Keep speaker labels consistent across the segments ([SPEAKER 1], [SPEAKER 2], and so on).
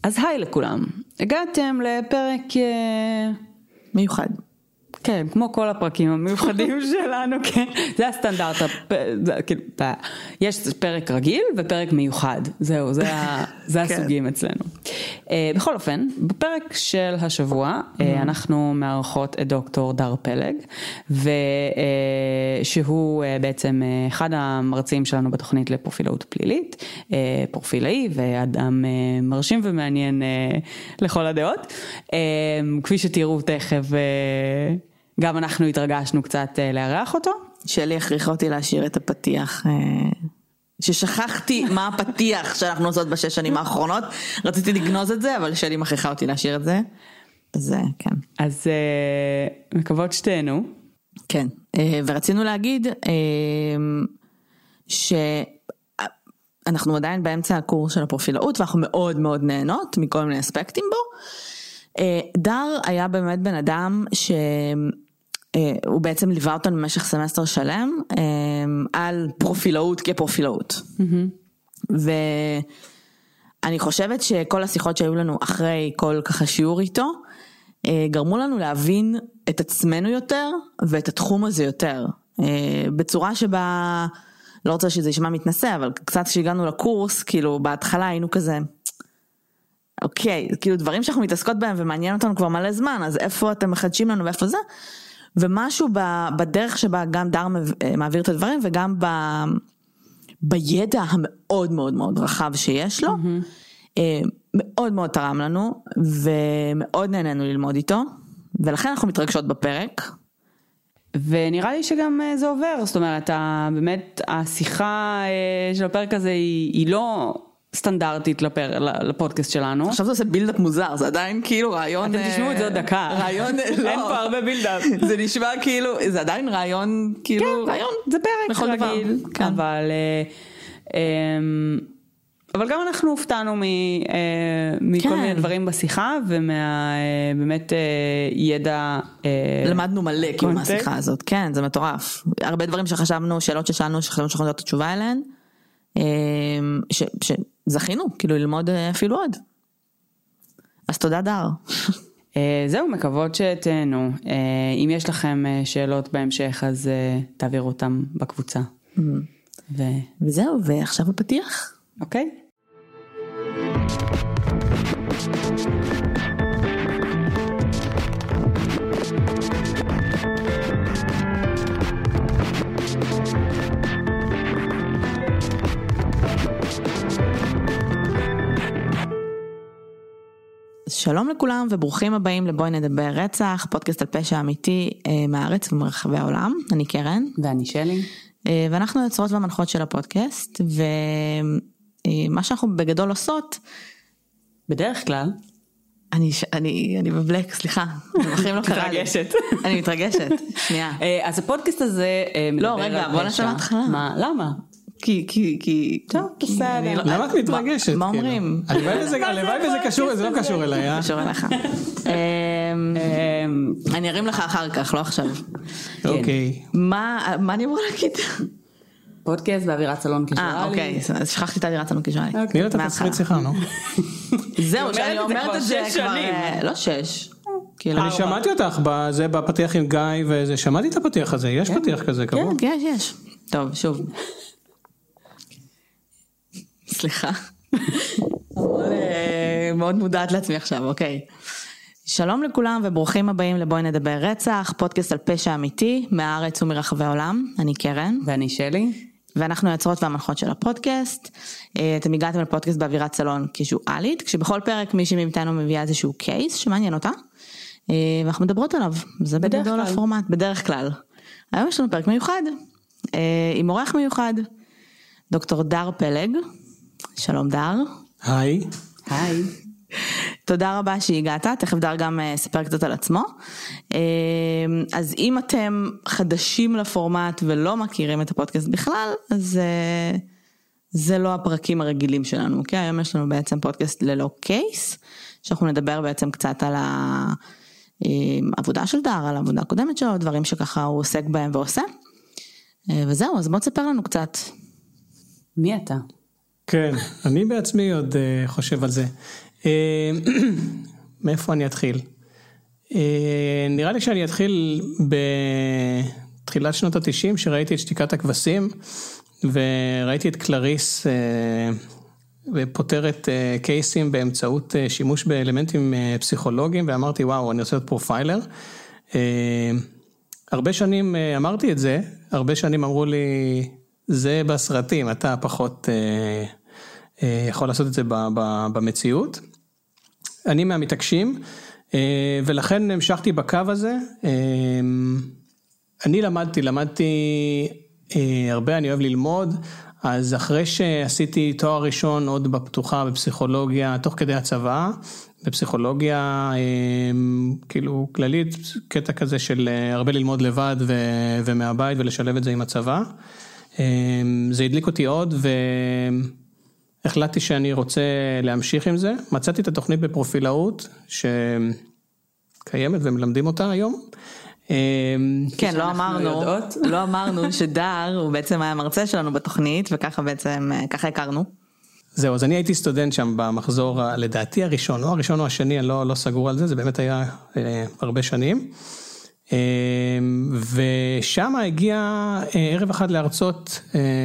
[SPEAKER 1] אז היי לכולם, הגעתם לפרק
[SPEAKER 2] מיוחד.
[SPEAKER 1] כן, כמו כל הפרקים המיוחדים שלנו, כן, זה הסטנדרט, יש פרק רגיל ופרק מיוחד, זהו, זה הסוגים אצלנו. בכל אופן, בפרק של השבוע, אנחנו מארחות את דוקטור דר פלג, שהוא בעצם אחד המרצים שלנו בתוכנית לפרופילאות פלילית, פרופילאי ואדם מרשים ומעניין לכל הדעות, כפי שתראו תכף, גם אנחנו התרגשנו קצת לארח אותו.
[SPEAKER 2] שלי הכריחה אותי להשאיר את הפתיח, ששכחתי מה הפתיח שאנחנו עושות בשש שנים האחרונות, רציתי לגנוז את זה, אבל שלי מכריחה אותי להשאיר את זה, אז כן.
[SPEAKER 1] אז מקוות שתינו.
[SPEAKER 2] כן, ורצינו להגיד שאנחנו עדיין באמצע הקורס של הפרופילאות, ואנחנו מאוד מאוד נהנות מכל מיני אספקטים בו. דר היה באמת בן אדם שהוא בעצם ליווה אותנו במשך סמסטר שלם על פרופילאות כפרופילאות. ואני חושבת שכל השיחות שהיו לנו אחרי כל ככה שיעור איתו, גרמו לנו להבין את עצמנו יותר ואת התחום הזה יותר. בצורה שבה, לא רוצה שזה ישמע מתנשא, אבל קצת שהגענו לקורס, כאילו בהתחלה היינו כזה, אוקיי, כאילו דברים שאנחנו מתעסקות בהם ומעניין אותנו כבר מלא זמן, אז איפה אתם מחדשים לנו ואיפה זה? ומשהו בדרך שבה גם דר מעביר את הדברים, וגם בידע המאוד מאוד מאוד רחב שיש לו, מאוד מאוד תרם לנו, ומאוד נהנינו ללמוד איתו, ולכן אנחנו מתרגשות בפרק.
[SPEAKER 1] ונראה לי שגם זה עובר, זאת אומרת, באמת השיחה של הפרק הזה היא לא סטנדרטית לפודקאסט שלנו.
[SPEAKER 2] עכשיו זה עושה בילדאפ מוזר, זה עדיין כאילו רעיון...
[SPEAKER 1] אתם תשמעו את זה עוד דקה.
[SPEAKER 2] רעיון,
[SPEAKER 1] אין פה הרבה בילדאפ.
[SPEAKER 2] זה נשמע כאילו, זה עדיין רעיון, כאילו...
[SPEAKER 1] כן, רעיון, זה פרק רגיל. אבל גם אנחנו הופתענו מכל מיני דברים בשיחה, ומבאמת ידע...
[SPEAKER 2] למדנו מלא כאילו מהשיחה הזאת, כן, זה מטורף. הרבה דברים שחשבנו, שאלות ששאלנו, שחשבנו שאנחנו יודעות את התשובה אליהן, שזכינו, כאילו ללמוד אפילו עוד. אז תודה דר.
[SPEAKER 1] זהו, מקוות שתהנו. אם יש לכם שאלות בהמשך, אז תעבירו אותם בקבוצה.
[SPEAKER 2] וזהו, ועכשיו הפתיח.
[SPEAKER 1] אוקיי.
[SPEAKER 2] שלום לכולם וברוכים הבאים לבואי נדבר רצח, פודקאסט על פשע אמיתי מהארץ ומרחבי העולם. אני קרן.
[SPEAKER 1] ואני שלי.
[SPEAKER 2] ואנחנו יוצרות והמנחות של הפודקאסט, ומה שאנחנו בגדול עושות,
[SPEAKER 1] בדרך כלל,
[SPEAKER 2] אני בבלק, סליחה.
[SPEAKER 1] מתרגשת.
[SPEAKER 2] אני מתרגשת, שנייה.
[SPEAKER 1] אז הפודקאסט הזה מדבר על פשע.
[SPEAKER 2] לא, רגע, בוא נשאל התחלה.
[SPEAKER 1] למה?
[SPEAKER 2] כי...
[SPEAKER 1] טוב, בסדר.
[SPEAKER 3] למה את מתרגשת?
[SPEAKER 2] מה אומרים?
[SPEAKER 3] הלוואי וזה קשור, זה לא קשור אליי.
[SPEAKER 2] קשור אליך. אני ארים לך אחר כך, לא עכשיו.
[SPEAKER 3] אוקיי.
[SPEAKER 2] מה אני אמורה להגיד?
[SPEAKER 1] פודקאסט באווירת סלון קיזואלי.
[SPEAKER 2] אוקיי, אז שכחתי את האווירת סלון קיזואלי.
[SPEAKER 3] תני לה את התסריט שיחה, נו.
[SPEAKER 2] זהו, שאני אומרת את זה כבר... לא 6.
[SPEAKER 3] אני שמעתי אותך בפתיח עם גיא, ושמעתי את הפתיח הזה, יש פתיח כזה, קבוע.
[SPEAKER 2] כן, יש. טוב, שוב. סליחה. מאוד מודעת לעצמי עכשיו, אוקיי. שלום לכולם וברוכים הבאים לבואי נדבר רצח, פודקאסט על פשע אמיתי, מהארץ ומרחבי העולם. אני קרן.
[SPEAKER 1] ואני שלי.
[SPEAKER 2] ואנחנו יוצרות והמנחות של הפודקאסט. אתם הגעתם לפודקאסט באווירת סלון קיזואלית, כשבכל פרק מישהי מאיתנו מביאה איזשהו קייס שמעניין אותה, ואנחנו מדברות עליו. זה בגדול הפורמט, בדרך כלל. היום יש לנו פרק מיוחד, עם אורח מיוחד, דוקטור דר פלג. שלום דר.
[SPEAKER 3] היי.
[SPEAKER 1] היי.
[SPEAKER 2] תודה רבה שהגעת, תכף דר גם ספר קצת על עצמו. אז אם אתם חדשים לפורמט ולא מכירים את הפודקאסט בכלל, אז זה לא הפרקים הרגילים שלנו, אוקיי? היום יש לנו בעצם פודקאסט ללא קייס, שאנחנו נדבר בעצם קצת על העבודה של דר, על העבודה הקודמת שלו, דברים שככה הוא עוסק בהם ועושה. וזהו, אז בוא תספר לנו קצת.
[SPEAKER 1] מי אתה?
[SPEAKER 3] כן, אני בעצמי עוד חושב על זה. מאיפה אני אתחיל? נראה לי שאני אתחיל בתחילת שנות ה-90, שראיתי את שתיקת הכבשים, וראיתי את קלריס ופותרת קייסים באמצעות שימוש באלמנטים פסיכולוגיים, ואמרתי, וואו, אני רוצה להיות פרופיילר. הרבה שנים אמרתי את זה, הרבה שנים אמרו לי, זה בסרטים, אתה פחות יכול לעשות את זה במציאות. אני מהמתעקשים, ולכן המשכתי בקו הזה. אני למדתי הרבה, אני אוהב ללמוד, אז אחרי שעשיתי תואר ראשון עוד בפתוחה בפסיכולוגיה, תוך כדי הצבא, בפסיכולוגיה כאילו כללית, קטע כזה של הרבה ללמוד לבד ומהבית ולשלב את זה עם הצבא. זה הדליק אותי עוד והחלטתי שאני רוצה להמשיך עם זה. מצאתי את התוכנית בפרופילאות שקיימת ומלמדים אותה היום.
[SPEAKER 2] כן, לא אמרנו שדר הוא בעצם היה מרצה שלנו בתוכנית, וככה בעצם, ככה הכרנו.
[SPEAKER 3] זהו, אז אני הייתי סטודנט שם במחזור, לדעתי הראשון, או הראשון או השני, אני לא סגור על זה, זה באמת היה הרבה שנים. ושם הגיע ערב אחד לארצות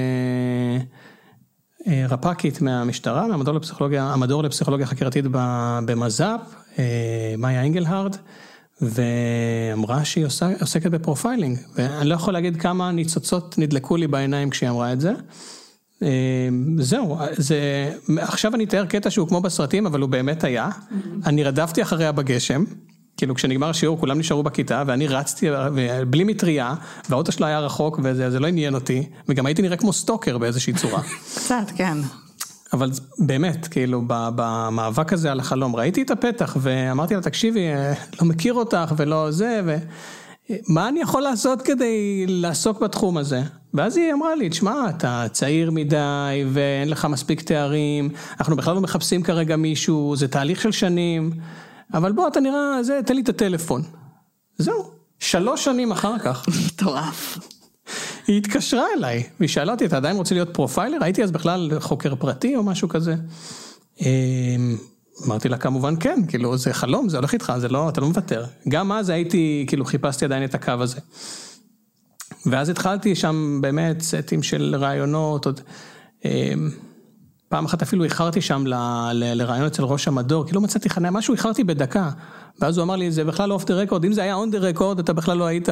[SPEAKER 3] רפ"קית מהמשטרה, המדור לפסיכולוגיה חקירתית במז"פ, מאיה אנגלהרד, ואמרה שהיא עוסקת בפרופיילינג, ואני לא יכול להגיד כמה ניצוצות נדלקו לי בעיניים כשהיא אמרה את זה. זהו, עכשיו אני אתאר קטע שהוא כמו בסרטים, אבל הוא באמת היה. אני רדפתי אחריה בגשם, כאילו כשנגמר השיעור כולם נשארו בכיתה, ואני רצתי בלי מטריה, והאוטו שלה היה רחוק, וזה לא עניין אותי, וגם הייתי נראה כמו סטוקר באיזושהי צורה.
[SPEAKER 2] קצת, כן.
[SPEAKER 3] אבל באמת, כאילו, במאבק הזה על החלום, ראיתי את הפתח, ואמרתי לה, תקשיבי, לא מכיר אותך, ולא זה, מה אני יכול לעשות כדי לעסוק בתחום הזה? ואז היא אמרה לי, תשמע, אתה צעיר מדי, ואין לך מספיק תארים, אנחנו בכלל לא מחפשים כרגע מישהו, זה תהליך של שנים, אבל בוא, אתה נראה, תן לי את הטלפון. זהו, 3 שנים אחר כך.
[SPEAKER 2] מטורף.
[SPEAKER 3] היא התקשרה אליי, והיא שאלה אותי, אתה עדיין רוצה להיות פרופיילר? הייתי אז בכלל חוקר פרטי או משהו כזה. אמרתי לה כמובן כן, כאילו זה חלום, זה הולך איתך, אתה לא מוותר. גם אז הייתי, כאילו חיפשתי עדיין את הקו הזה. ואז התחלתי שם באמת סטים של רעיונות, פעם אחת אפילו איחרתי שם לרעיון אצל ראש המדור, כאילו מצאתי חניה, משהו איחרתי בדקה, ואז הוא אמר לי, זה בכלל לא אוף דה רקורד, אם זה היה און דה רקורד, אתה בכלל לא היית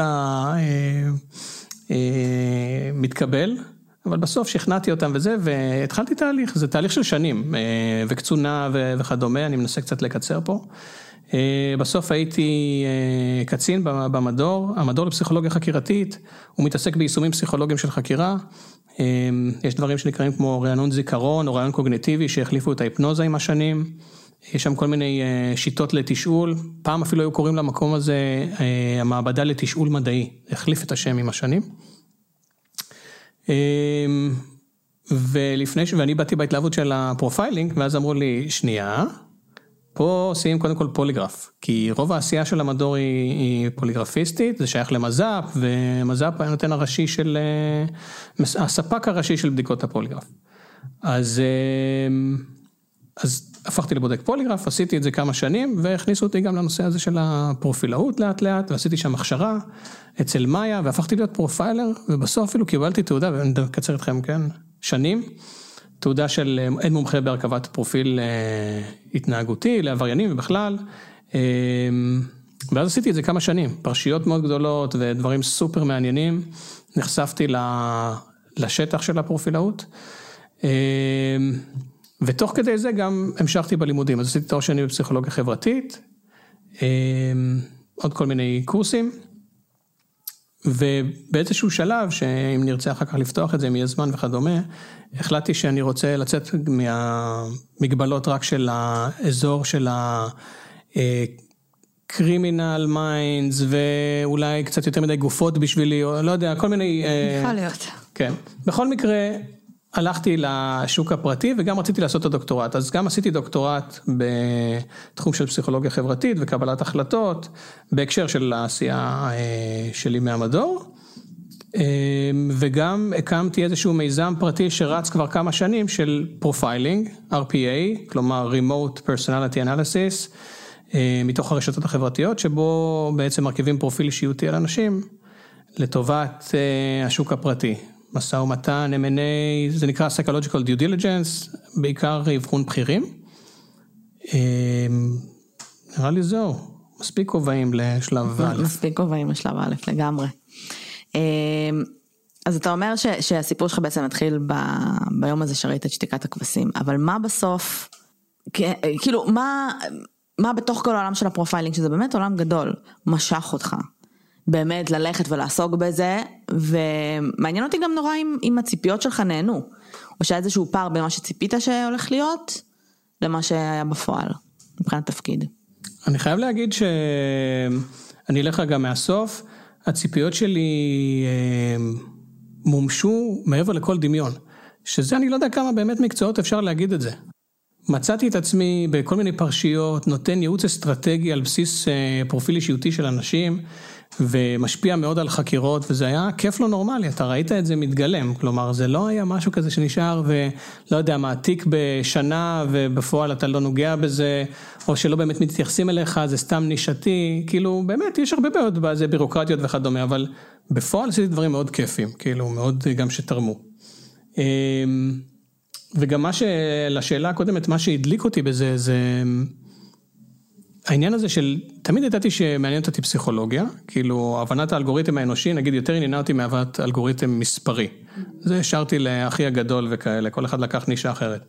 [SPEAKER 3] מתקבל, אבל בסוף שכנעתי אותם וזה, והתחלתי תהליך, זה תהליך של שנים, וקצונה וכדומה, אני מנסה קצת לקצר פה. בסוף הייתי קצין במדור, המדור לפסיכולוגיה חקירתית, הוא מתעסק ביישומים פסיכולוגיים של חקירה, יש דברים שנקראים כמו רענון זיכרון או רעיון קוגניטיבי שהחליפו את ההיפנוזה עם השנים, יש שם כל מיני שיטות לתשאול, פעם אפילו היו קוראים למקום הזה המעבדה לתשאול מדעי, החליף את השם עם השנים. ואני באתי בהתלהבות של הפרופיילינג, ואז אמרו לי, שנייה, פה עושים קודם כל פוליגרף, כי רוב העשייה של המדור היא פוליגרפיסטית, זה שייך למז"פ, ומז"פ היה נותן הספק הראשי של בדיקות הפוליגרף. אז הפכתי לבודק פוליגרף, עשיתי את זה כמה שנים, והכניסו אותי גם לנושא הזה של הפרופילאות לאט לאט, ועשיתי שם הכשרה אצל מאיה, והפכתי להיות פרופיילר, ובסוף אפילו קיבלתי תעודה, ואני אקצר אתכם, כן, שנים, תעודה של עד מומחה בהרכבת פרופיל התנהגותי, לעבריינים ובכלל, ואז עשיתי את זה כמה שנים, פרשיות מאוד גדולות ודברים סופר מעניינים, נחשפתי לשטח של הפרופילאות, ותוך כדי זה גם המשכתי בלימודים, אז עשיתי תואר שני בפסיכולוגיה חברתית, עוד כל מיני קורסים, ובאיזשהו שלב, שאם נרצה אחר כך לפתוח את זה, אם יהיה זמן וכדומה, החלטתי שאני רוצה לצאת מהמגבלות רק של האזור של ה-criminal minds, ואולי קצת יותר מדי גופות בשבילי, או לא יודע, כל מיני...
[SPEAKER 2] יכול להיות.
[SPEAKER 3] כן. בכל מקרה, הלכתי לשוק הפרטי, וגם רציתי לעשות את הדוקטורט, אז גם עשיתי דוקטורט בתחום של פסיכולוגיה חברתית, וקבלת החלטות, בהקשר של העשייה שלי מהמדור, וגם הקמתי איזשהו מיזם פרטי שרץ כבר כמה שנים של פרופיילינג, RPA, כלומר Remote Personality Analysis, מתוך הרשתות החברתיות, שבו בעצם מרכיבים פרופיל אישיותי על אנשים, לטובת השוק הפרטי. משא ומתן, M&A, זה נקרא Psychological Due Diligence, בעיקר אבחון בכירים. נראה לי זהו, מספיק כובעים לשלב א'.
[SPEAKER 2] מספיק כובעים לשלב א', לגמרי. אז אתה אומר שהסיפור שלך בעצם מתחיל ביום הזה שראית את שתיקת הכבשים, אבל מה בסוף, כאילו, מה בתוך כל העולם של הפרופיילינג, שזה באמת עולם גדול, משך אותך, באמת ללכת ולעסוק בזה, ומעניין אותי גם נורא אם הציפיות שלך נהנו, או שהיה איזשהו פער בין מה שציפית שהולך להיות, למה שהיה בפועל, מבחינת תפקיד.
[SPEAKER 3] אני חייב להגיד שאני אלך רגע מהסוף, הציפיות שלי מומשו מעבר לכל דמיון, שזה אני לא יודע כמה באמת מקצועות אפשר להגיד את זה. מצאתי את עצמי בכל מיני פרשיות, נותן ייעוץ אסטרטגי על בסיס פרופיל אישיותי של אנשים, ומשפיע מאוד על חקירות, וזה היה כיף לא נורמלי, אתה ראית את זה מתגלם, כלומר זה לא היה משהו כזה שנשאר ולא יודע, מעתיק בשנה ובפועל אתה לא נוגע בזה, או שלא באמת מתייחסים אליך, זה סתם נישתי, כאילו באמת יש הרבה מאוד בזה בירוקרטיות וכדומה, אבל בפועל עשיתי דברים מאוד כיפים, כאילו מאוד גם שתרמו. וגם לשאלה הקודמת, מה שהדליק אותי בזה, זה העניין הזה של, תמיד ידעתי שמעניינת אותי פסיכולוגיה, כאילו הבנת האלגוריתם האנושי, נגיד יותר עניינה אותי מהבנת אלגוריתם מספרי. זה השארתי לאחי הגדול וכאלה, כל אחד לקח נישה אחרת.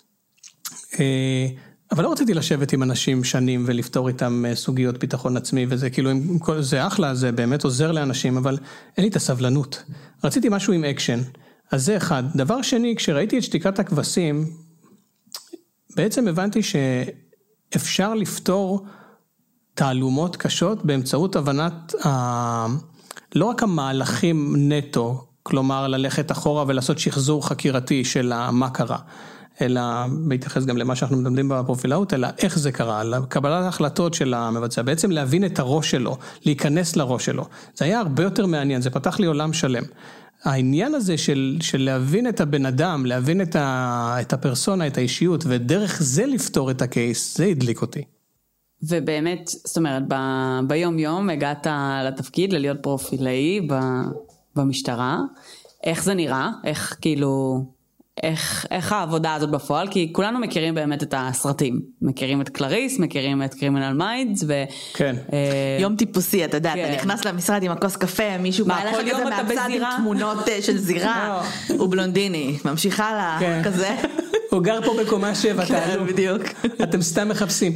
[SPEAKER 3] אבל לא רציתי לשבת עם אנשים שנים ולפתור איתם סוגיות ביטחון עצמי, וזה כאילו, זה אחלה, זה באמת עוזר לאנשים, אבל אין לי את הסבלנות. רציתי משהו עם אקשן. אז זה אחד. דבר שני, כשראיתי את שתיקת הכבשים, בעצם הבנתי שאפשר לפתור תעלומות קשות באמצעות הבנת לא רק המהלכים נטו, כלומר ללכת אחורה ולעשות שחזור חקירתי של מה קרה, אלא בהתייחס גם למה שאנחנו מדברים בפרופילאות, אלא איך זה קרה, לקבלת ההחלטות של המבצע, בעצם להבין את הראש שלו, להיכנס לראש שלו. זה היה הרבה יותר מעניין, זה פתח לי עולם שלם. העניין הזה של להבין את הבן אדם, להבין את הפרסונה, את האישיות, ודרך זה לפתור את הקייס, זה הדליק אותי.
[SPEAKER 1] ובאמת, זאת אומרת, ביום יום הגעת לתפקיד, להיות פרופילאי במשטרה, איך זה נראה? איך כאילו, איך העבודה הזאת בפועל? כי כולנו מכירים באמת את הסרטים, מכירים את קלריס, מכירים את קרימינל מיינדס,
[SPEAKER 3] כן.
[SPEAKER 2] יום טיפוסי, אתה יודע, אתה נכנס למשרד עם הכוס קפה, מישהו בא לך כזה מהצד עם תמונות של זירה, הוא בלונדיני, ממשיך הלאה, כזה.
[SPEAKER 3] הוא גר פה בקומה 7,
[SPEAKER 2] כן, בדיוק.
[SPEAKER 3] אתם סתם מחפשים.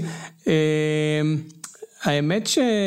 [SPEAKER 3] האמת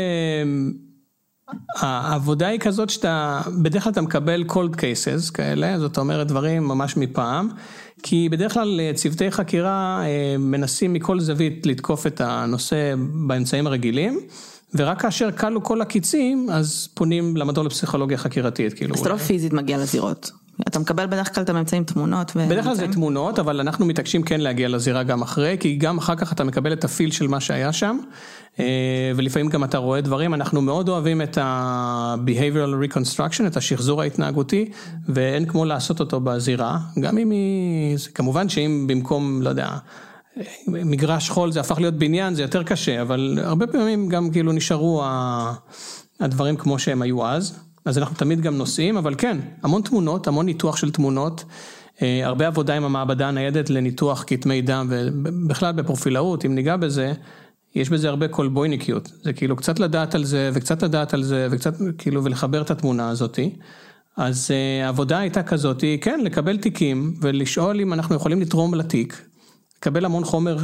[SPEAKER 3] העבודה היא כזאת שאתה, בדרך כלל אתה מקבל cold cases כאלה, זאת אומרת דברים ממש מפעם, כי בדרך כלל צוותי חקירה מנסים מכל זווית לתקוף את הנושא באמצעים הרגילים, ורק כאשר קלו כל הקיצים, אז פונים למדור לפסיכולוגיה חקירתית.
[SPEAKER 2] אז אתה לא פיזית מגיע לזירות. אתה מקבל בדרך כלל את הממצאים תמונות.
[SPEAKER 3] בדרך כלל זה תמונות, אבל אנחנו מתעקשים כן להגיע לזירה גם אחרי, כי גם אחר כך אתה מקבל את הפיל של מה שהיה שם, ולפעמים גם אתה רואה דברים, אנחנו מאוד אוהבים את ה-behavioral reconstruction, את השחזור ההתנהגותי, ואין כמו לעשות אותו בזירה, גם אם היא, כמובן שאם במקום, לא יודע, מגרש חול זה הפך להיות בניין, זה יותר קשה, אבל הרבה פעמים גם כאילו נשארו הדברים כמו שהם היו אז אנחנו תמיד גם נוסעים, אבל כן, המון תמונות, המון ניתוח של תמונות, הרבה עבודה עם המעבדה הניידת לניתוח כתמי דם, ובכלל בפרופילאות, אם ניגע בזה, יש בזה הרבה קולבויניקיות, זה כאילו קצת לדעת על זה, וקצת לדעת על זה, וקצת כאילו ולחבר את התמונה הזאת, אז העבודה הייתה כזאת, כן, לקבל תיקים, ולשאול אם אנחנו יכולים לתרום לתיק, לקבל המון חומר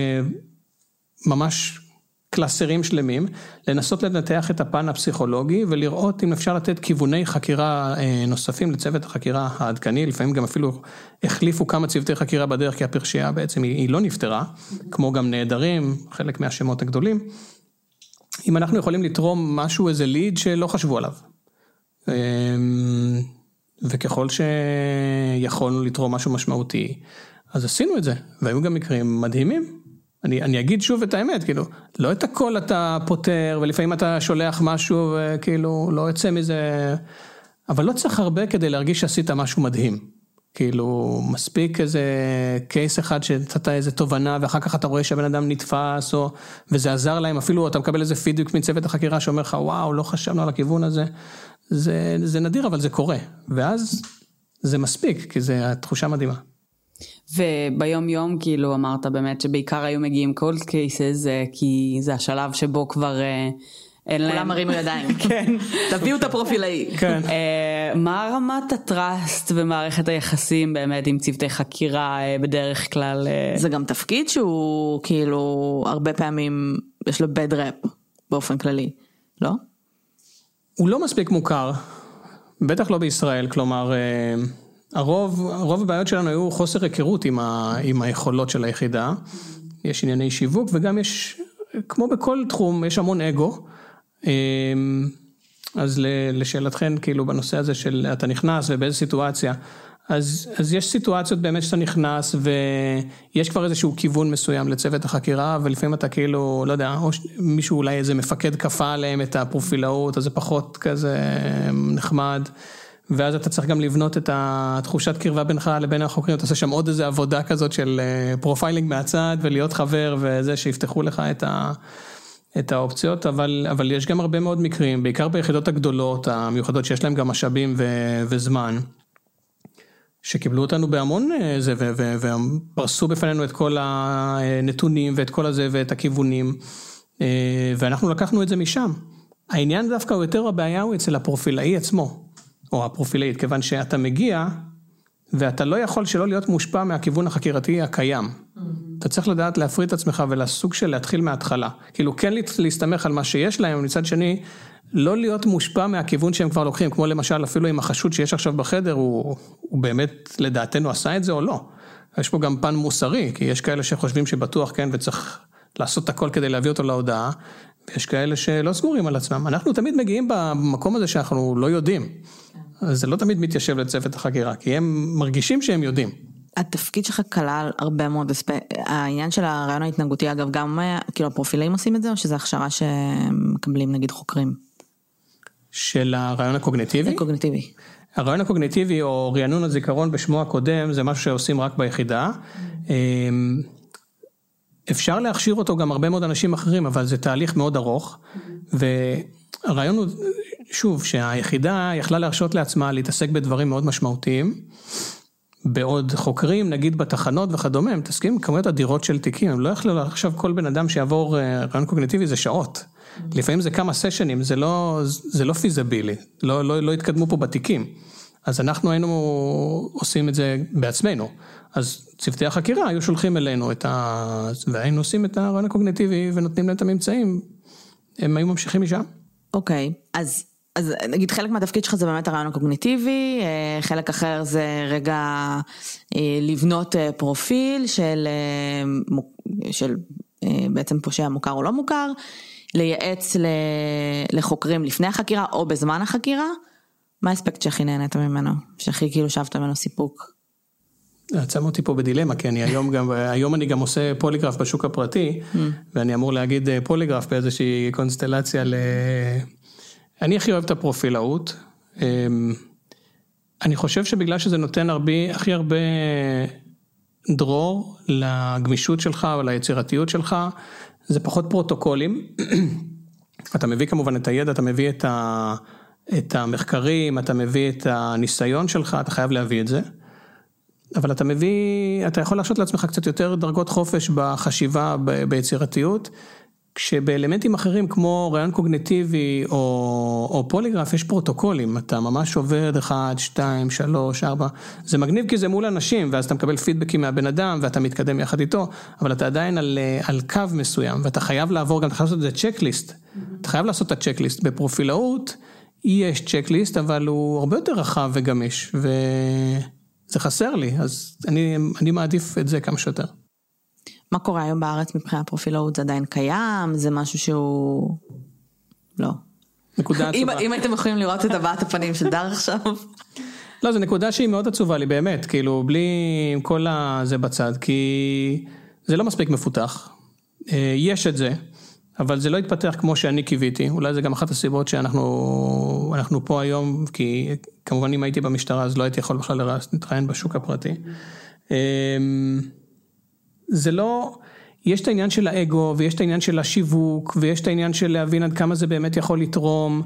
[SPEAKER 3] ממש קלאסרים שלמים, לנסות לנתח את הפן הפסיכולוגי, ולראות אם אפשר לתת כיווני חקירה נוספים לצוות החקירה העדכני, לפעמים גם אפילו החליפו כמה צוותי חקירה בדרך, כי הפרשייה בעצם היא לא נפתרה, כמו גם נהדרים, חלק מהשמות הגדולים. אם אנחנו יכולים לתרום משהו, איזה ליד שלא חשבו עליו. וככל שיכולנו לתרום משהו משמעותי, אז עשינו את זה, והיו גם מקרים מדהימים. אני אגיד שוב את האמת, כאילו, לא את הכל אתה פותר, ולפעמים אתה שולח משהו, וכאילו, לא יוצא מזה אבל לא צריך הרבה כדי להרגיש שעשית משהו מדהים. כאילו, מספיק איזה קייס אחד שנתת איזה תובנה, ואחר כך אתה רואה שהבן אדם נתפס, וזה עזר להם, אפילו אתה מקבל איזה פידבק מצוות החקירה, שאומר לך, וואו, לא חשבנו על הכיוון הזה. זה נדיר, אבל זה קורה. ואז זה מספיק, כי זה התחושה מדהימה.
[SPEAKER 1] וביום יום, כאילו, אמרת באמת שבעיקר היו מגיעים cold cases, כי זה השלב שבו כבר
[SPEAKER 2] כולם מרימו ידיים.
[SPEAKER 1] כן.
[SPEAKER 2] תביאו את הפרופילאי.
[SPEAKER 3] כן.
[SPEAKER 1] מה רמת הטראסט ומערכת היחסים באמת עם צוותי חקירה בדרך כלל?
[SPEAKER 2] זה גם תפקיד שהוא כאילו הרבה פעמים יש לו bad rap באופן כללי, לא?
[SPEAKER 3] הוא לא מספיק מוכר, בטח לא בישראל, כלומר, הרוב הבעיות שלנו היו חוסר היכרות עם היכולות של היחידה, יש ענייני שיווק וגם יש, כמו בכל תחום, יש המון אגו, אז לשאלתכן, כאילו בנושא הזה של אתה נכנס ובאיזו סיטואציה, אז יש סיטואציות באמת שאתה נכנס ויש כבר איזשהו כיוון מסוים לצוות החקירה, ולפעמים אתה כאילו, לא יודע, או מישהו אולי איזה מפקד כפה עליהם את הפרופילאות, אז זה פחות כזה נחמד, ואז אתה צריך גם לבנות את התחושת קרבה בינך לבין החוקרים, אתה עושה שם עוד איזו עבודה כזאת של פרופיילינג מהצד, ולהיות חבר וזה שיפתחו לך את האופציות, אבל יש גם הרבה מאוד מקרים, בעיקר ביחידות הגדולות, המיוחדות שיש להם גם משאבים וזמן, שקיבלו אותנו בהמון זה, ופרסו בפנינו את כל הנתונים, ואת כל הזה, ואת הכיוונים, ואנחנו לקחנו את זה משם. העניין דווקא הוא יותר הבעיה הוא אצל הפרופילאי עצמו, או הפרופילאית, כיוון שאתה מגיע, ואתה לא יכול שלא להיות מושפע מהכיוון החקירתי הקיים. אתה צריך לדעת להפריד את עצמך ולסוג של להתחיל מההתחלה. כאילו כן להסתמך על מה שיש להם, ומצד שני, לא להיות מושפע מהכיוון שהם כבר לוקחים, כמו למשל אפילו עם החשוד שיש עכשיו בחדר, הוא באמת לדעתנו עשה את זה או לא. יש פה גם פן מוסרי, כי יש כאלה שחושבים שבטוח כן, וצריך לעשות הכל כדי להביא אותו להודעה, ויש כאלה שלא סגורים על עצמם. אנחנו תמיד מגיעים במקום הזה שאנחנו לא יודעים. אז זה לא תמיד מתיישב לצוות החקירה, כי הם מרגישים שהם יודעים.
[SPEAKER 2] התפקיד שלך כלל הרבה מאוד, העניין של הרעיון ההתנהגותי, אגב, גם כאילו הפרופילאים עושים את זה, או שזה הכשרה שמקבלים נגיד חוקרים?
[SPEAKER 3] של הרעיון הקוגניטיבי?
[SPEAKER 2] הקוגניטיבי.
[SPEAKER 3] הרעיון הקוגניטיבי, או רענון הזיכרון בשמו הקודם, זה משהו שעושים רק ביחידה. אפשר להכשיר אותו גם הרבה מאוד אנשים אחרים, אבל זה תהליך מאוד ארוך, והרעיון הוא, שוב, שהיחידה יכלה להרשות לעצמה להתעסק בדברים מאוד משמעותיים, בעוד חוקרים, נגיד בתחנות וכדומה, הם מתעסקים כמויות אדירות של תיקים, הם לא יכלו עכשיו כל בן אדם שיעבור רעיון קוגניטיבי, זה שעות. לפעמים זה כמה סשנים, זה לא פיזבילי, לא התקדמו פה בתיקים. אז אנחנו היינו עושים את זה בעצמנו. אז צוותי החקירה היו שולחים אלינו והיינו עושים את הרעיון הקוגניטיבי ונותנים להם את הממצאים, הם היו ממשיכים משם.
[SPEAKER 2] אוקיי, אז נגיד חלק מהתפקיד שלך זה באמת הרעיון הקוגניטיבי, חלק אחר זה רגע לבנות פרופיל של בעצם פושע מוכר או לא מוכר, לייעץ לחוקרים לפני החקירה או בזמן החקירה. מה האספקט שהכי נהנית ממנו? שהכי כאילו שבת ממנו סיפוק?
[SPEAKER 3] עצם אותי פה בדילמה, כי היום אני גם עושה פוליגרף בשוק הפרטי, ואני אמור להגיד פוליגרף באיזושהי קונסטלציה אני הכי אוהב את הפרופילאות. אני חושב שבגלל שזה נותן הכי הרבה דרור לגמישות שלך או ליצירתיות שלך, זה פחות פרוטוקולים. אתה מביא כמובן את הידע, אתה מביא את המחקרים, אתה מביא את הניסיון שלך, אתה חייב להביא את זה. אבל אתה יכול להרשות לעצמך קצת יותר דרגות חופש בחשיבה, ביצירתיות, כשבאלמנטים אחרים כמו רעיון קוגניטיבי או פוליגרף יש פרוטוקולים, אתה ממש עובד 1, 2, 3, 4, זה מגניב כי זה מול אנשים, ואז אתה מקבל פידבקים מהבן אדם ואתה מתקדם יחד איתו, אבל אתה עדיין על קו מסוים, ואתה חייב לעבור גם, אתה חייב לעשות את זה צ'קליסט, אתה חייב לעשות את הצ'קליסט, בפרופילאות יש צ'קליסט, אבל הוא הרבה יותר רחב וגמיש, וזה חסר לי, אז אני מעדיף את זה כמה שיותר.
[SPEAKER 2] מה קורה היום בארץ מבחינת פרופילאות? זה עדיין קיים? זה משהו שהוא... לא.
[SPEAKER 3] נקודה עצובה.
[SPEAKER 2] אם הייתם יכולים לראות את הבעת הפנים של דר עכשיו.
[SPEAKER 3] לא, זו נקודה שהיא מאוד עצובה לי, באמת, כאילו, בלי כל זה בצד, כי זה לא מספיק מפותח. יש את זה, אבל זה לא התפתח כמו שאני קיוויתי, אולי זה גם אחת הסיבות שאנחנו פה היום, כי כמובן אם הייתי במשטרה, אז לא הייתי יכול בכלל להתראיין בשוק הפרטי. זה לא, יש את העניין של האגו, ויש את העניין של השיווק, ויש את העניין של להבין עד כמה זה באמת יכול לתרום,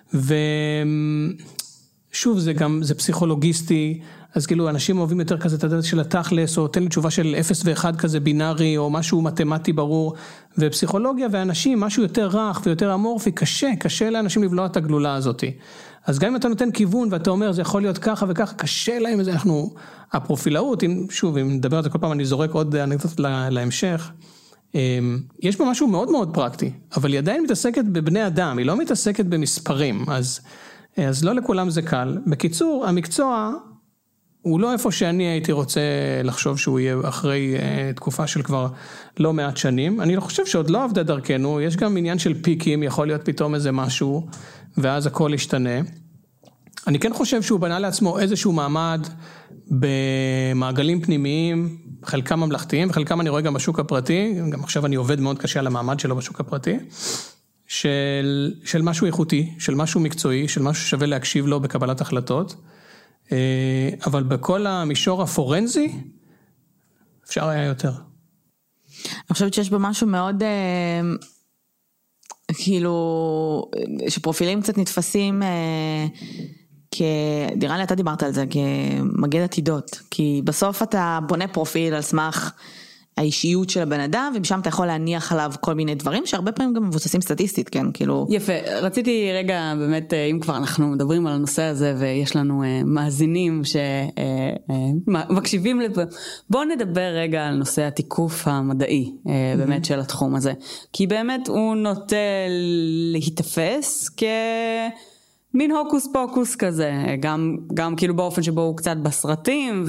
[SPEAKER 3] ושוב, זה פסיכולוגיסטי, אז כאילו אנשים אוהבים יותר כזה את הדעת של התכלס, או תן לי תשובה של 0 ו-1 כזה בינארי, או משהו מתמטי ברור, ופסיכולוגיה ואנשים, משהו יותר רך ויותר אמורפי, קשה לאנשים לבלוע את הגלולה הזאת. אז גם אם אתה נותן כיוון, ואתה אומר, זה יכול להיות ככה וככה, קשה להם, הפרופילאות, אם נדבר על זה כל פעם, אני זורק עוד אנקדוטות להמשך, יש פה משהו מאוד מאוד פרקטי, אבל היא עדיין מתעסקת בבני אדם, היא לא מתעסקת במספרים, אז לא לכולם זה קל. בקיצור, המקצוע הוא לא איפה שאני הייתי רוצה לחשוב שהוא יהיה אחרי תקופה של כבר לא מעט שנים. אני חושב שעוד לא עבדה דרכנו, יש גם עניין של פיקים, יכול להיות פתאום איזה משהו, ואז הכל ישתנה. אני כן חושב שהוא בנה לעצמו איזשהו מעמד במעגלים פנימיים, חלקם ממלכתיים, וחלקם אני רואה גם בשוק הפרטי, גם עכשיו אני עובד מאוד קשה על המעמד שלו בשוק הפרטי, של משהו איכותי, של משהו מקצועי, של משהו שווה להקשיב לו בקבלת החלטות, אבל בכל המישור הפורנזי, אפשר היה יותר.
[SPEAKER 2] אני חושבת שיש בו משהו מאוד, כאילו, שפרופילים קצת נתפסים, נראה לי אתה דיברת על זה, כמגן עתידות, כי בסוף אתה בונה פרופיל על סמך האישיות של הבן אדם, ומשם אתה יכול להניח עליו כל מיני דברים, שהרבה פעמים גם מבוססים סטטיסטית, כן, כאילו.
[SPEAKER 1] יפה, רציתי רגע, באמת, אם כבר אנחנו מדברים על הנושא הזה, ויש לנו מאזינים שמקשיבים לפה, בואו נדבר רגע על נושא התיקוף המדעי, באמת של התחום הזה, כי באמת הוא נוטה להתאפס מין הוקוס פוקוס כזה, גם כאילו באופן שבו הוא קצת בסרטים,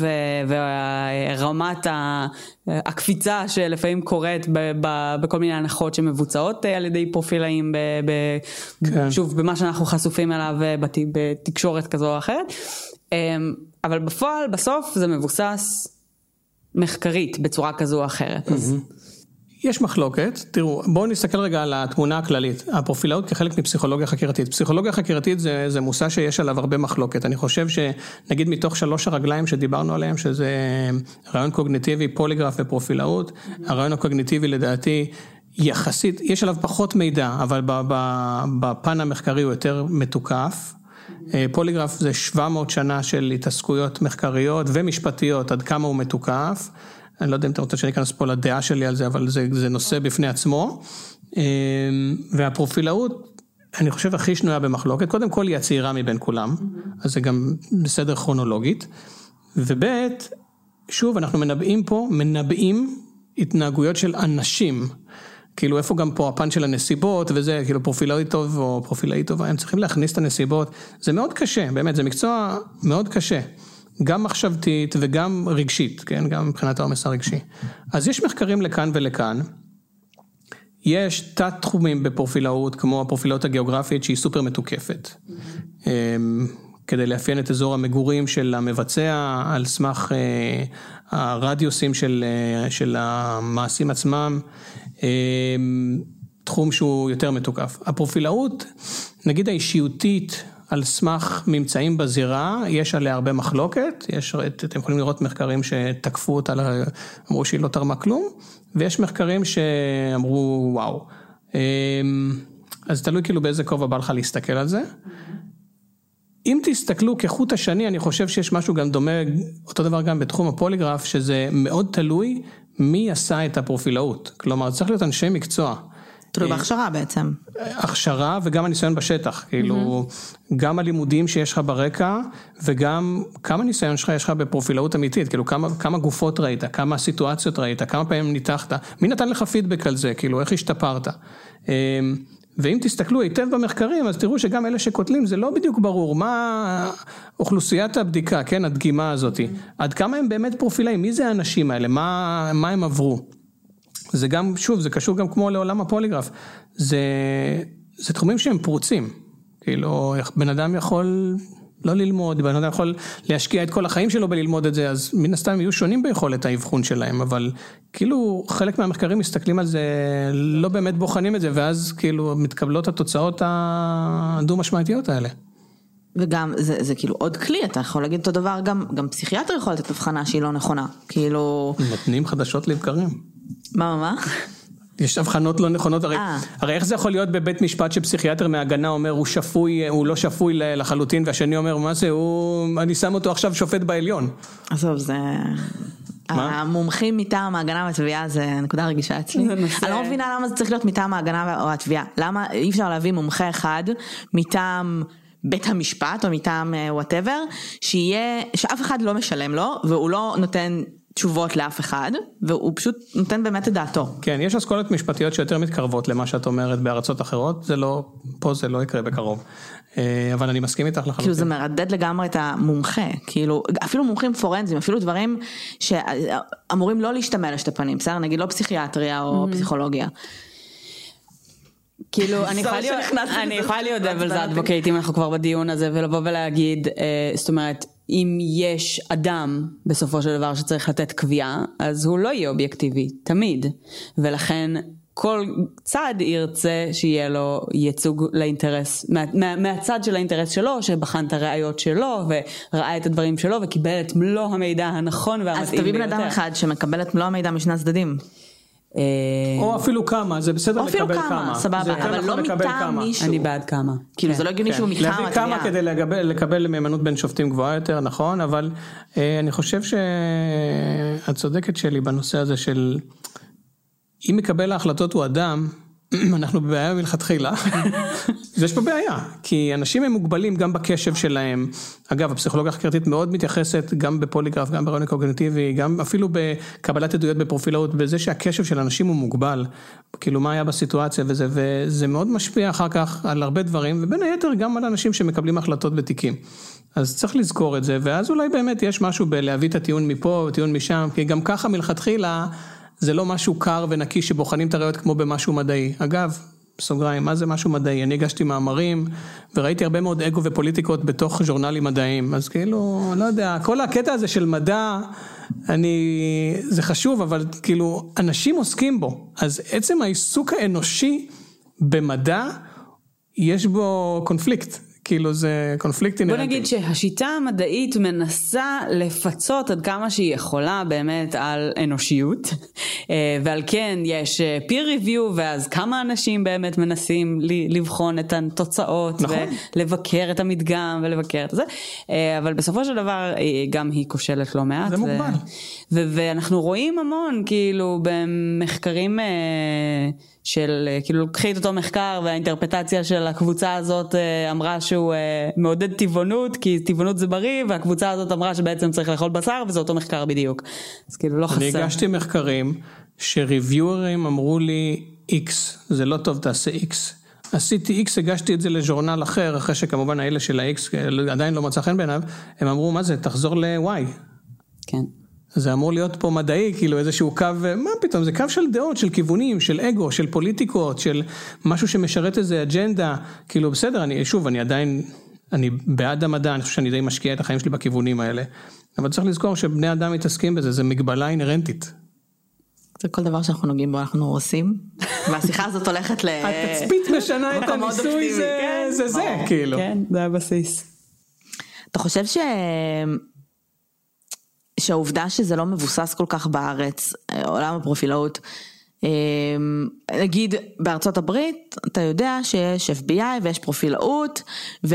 [SPEAKER 1] ורמת הקפיצה שלפעמים קורית בכל מיני הנחות שמבוצעות על ידי פרופילאים, שוב, במה שאנחנו חשופים אליו בתקשורת כזו או אחרת, אבל בפועל, בסוף זה מבוסס מחקרית בצורה כזו או אחרת.
[SPEAKER 3] יש מחלוקת, תראו, בואו נסתכל רגע על התמונה הכללית, הפרופילאות כחלק מפסיכולוגיה חקירתית. פסיכולוגיה חקירתית זה מושא שיש עליו הרבה מחלוקת, אני חושב שנגיד מתוך 3 הרגליים שדיברנו עליהם, שזה רעיון קוגניטיבי, פוליגרף ופרופילאות, הרעיון הקוגניטיבי לדעתי יחסית, יש עליו פחות מידע, אבל בפן המחקרי הוא יותר מתוקף, פוליגרף זה 700 שנה של התעסקויות מחקריות ומשפטיות, עד כמה הוא מתוקף, אני לא יודע אם אתה רוצה שאני אכנס פה לדעה שלי על זה, אבל זה נושא בפני עצמו, והפרופילאות, אני חושב הכי שנויה במחלוקת, קודם כל היא הצעירה מבין כולם, אז זה גם בסדר כרונולוגית, ובית, שוב אנחנו מנבאים התנהגויות של אנשים, כאילו איפה גם פה הפן של הנסיבות, וזה כאילו פרופילאי טוב או פרופילאי טובה, הם צריכים להכניס את הנסיבות, זה מאוד קשה, באמת, זה מקצוע מאוד קשה, גם מחשבתית וגם רגשית, כן? גם מבחינת העומס הרגשי. אז יש מחקרים לכאן ולכאן, יש תת תחומים בפרופילאות, כמו הפרופילאות הגיאוגרפית שהיא סופר מתוקפת, כדי לאפיין את אזור המגורים של המבצע, על סמך הרדיוסים של המעשים עצמם, תחום שהוא יותר מתוקף. הפרופילאות, נגיד האישיותית, על סמך ממצאים בזירה, יש עליה הרבה מחלוקת, אתם יכולים לראות מחקרים שתקפו אותה, אמרו שהיא לא תרמה כלום, ויש מחקרים שאמרו וואו. אז תלוי כאילו באיזה כובע בא לך להסתכל על זה. אם תסתכלו כחוט השני, אני חושב שיש משהו גם דומה, אותו דבר גם בתחום הפוליגרף, שזה מאוד תלוי מי עשה את הפרופילאות. כלומר, צריך להיות אנשי מקצוע.
[SPEAKER 2] תלוי בהכשרה בעצם.
[SPEAKER 3] הכשרה וגם הניסיון בשטח, כאילו, גם הלימודים שיש לך ברקע, וגם כמה ניסיון שלך יש לך בפרופילאות אמיתית, כאילו, כמה גופות ראית, כמה סיטואציות ראית, כמה פעמים ניתחת, מי נתן לך פידבק על זה, כאילו, איך השתפרת. ואם תסתכלו היטב במחקרים, אז תראו שגם אלה שכותלים, זה לא בדיוק ברור, מה אוכלוסיית הבדיקה, כן, הדגימה הזאת, עד כמה הם באמת פרופילאים, מי זה האנשים האלה, מה הם עברו. זה גם, שוב, זה קשור גם כמו לעולם הפוליגרף, זה תחומים שהם פרוצים, כאילו, בן אדם יכול לא ללמוד, בן אדם יכול להשקיע את כל החיים שלו בללמוד את זה, אז מן הסתם יהיו שונים ביכולת האבחון שלהם, אבל כאילו חלק מהמחקרים מסתכלים על זה, לא באמת בוחנים את זה, ואז כאילו מתקבלות התוצאות הדו-משמעתיות האלה.
[SPEAKER 2] וגם זה כאילו עוד כלי, אתה יכול להגיד אותו דבר, גם פסיכיאטר יכול לתת הבחנה שהיא לא נכונה, כאילו...
[SPEAKER 3] נותנים חדשות לבקרים.
[SPEAKER 2] מה?
[SPEAKER 3] יש הבחנות לא נכונות, הרי איך זה יכול להיות בבית משפט שפסיכיאטר מהגנה אומר הוא שפוי, הוא לא שפוי לחלוטין, והשני אומר מה זה, אני שם אותו עכשיו שופט בעליון.
[SPEAKER 2] עזוב, זה... המומחים מטעם ההגנה והתביעה זה נקודה רגישה אצלי. אני לא מבינה למה זה צריך להיות מטעם ההגנה או התביעה. למה אי אפשר להביא מומחה אחד מטעם בית המשפט או מטעם whatever, שאף אחד לא משלם לו, והוא לא נותן תשובות לאף אחד, והוא פשוט נותן באמת את דעתו.
[SPEAKER 3] כן, יש אסכולות משפטיות שיותר מתקרבות למה שאת אומרת בארצות אחרות, פה זה לא יקרה בקרוב. אבל אני מסכים איתך לחלוטין.
[SPEAKER 2] כאילו זה מרדד לגמרי את המומחה, כאילו, אפילו מומחים פורנזיים, אפילו דברים שאמורים לא להשתמע לשתי פנים, בסדר? נגיד לא פסיכיאטריה או פסיכולוגיה.
[SPEAKER 1] כאילו, אני יכולה להיות אבל זה אדבוקייט, אם אנחנו כבר בדיון הזה, ולבוא ולהגיד, זאת אומרת, אם יש אדם בסופו של דבר שצריך לתת קביעה, אז הוא לא יהיה אובייקטיבי, תמיד. ולכן כל צד ירצה שיהיה לו ייצוג לאינטרס, מהצד של האינטרס שלו, שבחן את הראיות שלו, וראה את הדברים שלו, וקיבל את מלוא המידע הנכון והמתאים ביותר.
[SPEAKER 2] אז תביא בן אדם אחד שמקבל את מלוא המידע משני הצדדים.
[SPEAKER 3] או אפילו כמה, זה בסדר לקבל כמה.
[SPEAKER 2] סבבה, אבל לא מטעם מישהו.
[SPEAKER 1] אני בעד כמה.
[SPEAKER 2] כאילו זה לא הגיוני שהוא מטעם התביעה.
[SPEAKER 3] להביא כמה כדי לקבל מהימנות בין שופטים גבוהה יותר, נכון, אבל אני חושב שאת צודקת שלי בנושא הזה של אם מקבל ההחלטות הוא אדם, אנחנו בבעיה מלכתחילה. יש פה בעיה, כי אנשים הם מוגבלים גם בקשב שלהם. אגב, הפסיכולוגיה החקרתית מאוד מתייחסת גם בפוליגרף, גם ברעיון קוגניטיבי, גם אפילו בקבלת עדויות בפרופילאות, בזה שהקשב של אנשים הוא מוגבל, כאילו מה היה בסיטואציה וזה, וזה מאוד משפיע אחר כך על הרבה דברים, ובין היתר גם על אנשים שמקבלים החלטות בתיקים. אז צריך לזכור את זה, ואז אולי באמת יש משהו בלהביא את הטיעון מפה, טיעון משם, כי גם ככה מלכתחילה, זה לא משהו קר ונקי שבוחנים את הראיות כמו במשהו מדעי. אגב, בסוגריים, מה זה משהו מדעי? אני הגשתי מאמרים וראיתי הרבה מאוד אגו ופוליטיקות בתוך ז'ורנלים מדעיים. אז כאילו, לא יודע, כל הקטע הזה של מדע, זה חשוב, אבל כאילו, אנשים עוסקים בו. אז עצם העיסוק האנושי במדע, יש בו קונפליקט. כאילו זה קונפליקט אינרנטי.
[SPEAKER 1] בוא נגיד שהשיטה המדעית מנסה לפצות עד כמה שהיא יכולה באמת על אנושיות, ועל כן יש peer review, ואז כמה אנשים באמת מנסים לבחון את התוצאות, נכון. ולבקר את המדגם ולבקר את זה, אבל בסופו של דבר גם היא כושלת לא מעט.
[SPEAKER 3] זה מוגבל.
[SPEAKER 1] ואנחנו רואים המון כאילו במחקרים של, כאילו לוקחי את אותו מחקר והאינטרפטציה של הקבוצה הזאת אמרה שהוא מעודד טבעונות, כי טבעונות זה בריא, והקבוצה הזאת אמרה שבעצם צריך לאכול בשר, וזה אותו מחקר בדיוק. אז כאילו לא חסר.
[SPEAKER 3] אני הגשתי מחקרים שריוויוררים אמרו לי X, זה לא טוב, תעשה X. עשיתי X, הגשתי את זה לז'ורנל אחר, אחרי שכמובן האלה של ה-X עדיין לא מצא חן בעיניו, הם אמרו מה זה, תחזור ל-Y.
[SPEAKER 1] כן.
[SPEAKER 3] זה אמור להיות פה מדעי, כאילו איזשהו קו, מה פתאום, זה קו של דעות, של כיוונים, של אגו, של פוליטיקות, של משהו שמשרת איזה אג'נדה, כאילו בסדר, אני בעד המדע, אני חושב שאני די משקיע את החיים שלי בכיוונים האלה, אבל צריך לזכור שבני אדם מתעסקים בזה, זה מגבלה אינרנטית.
[SPEAKER 2] זה כל דבר שאנחנו נוגעים בו, אנחנו עושים, והשיחה הזאת הולכת
[SPEAKER 3] התצפית משנה את הניסוי, זה, כאילו.
[SPEAKER 1] כן, זה הבסיס.
[SPEAKER 2] אתה חושב שהעובדה שזה לא מבוסס כל כך בארץ, עולם הפרופילאות, נגיד בארצות הברית, אתה יודע שיש FBI ויש פרופילאות,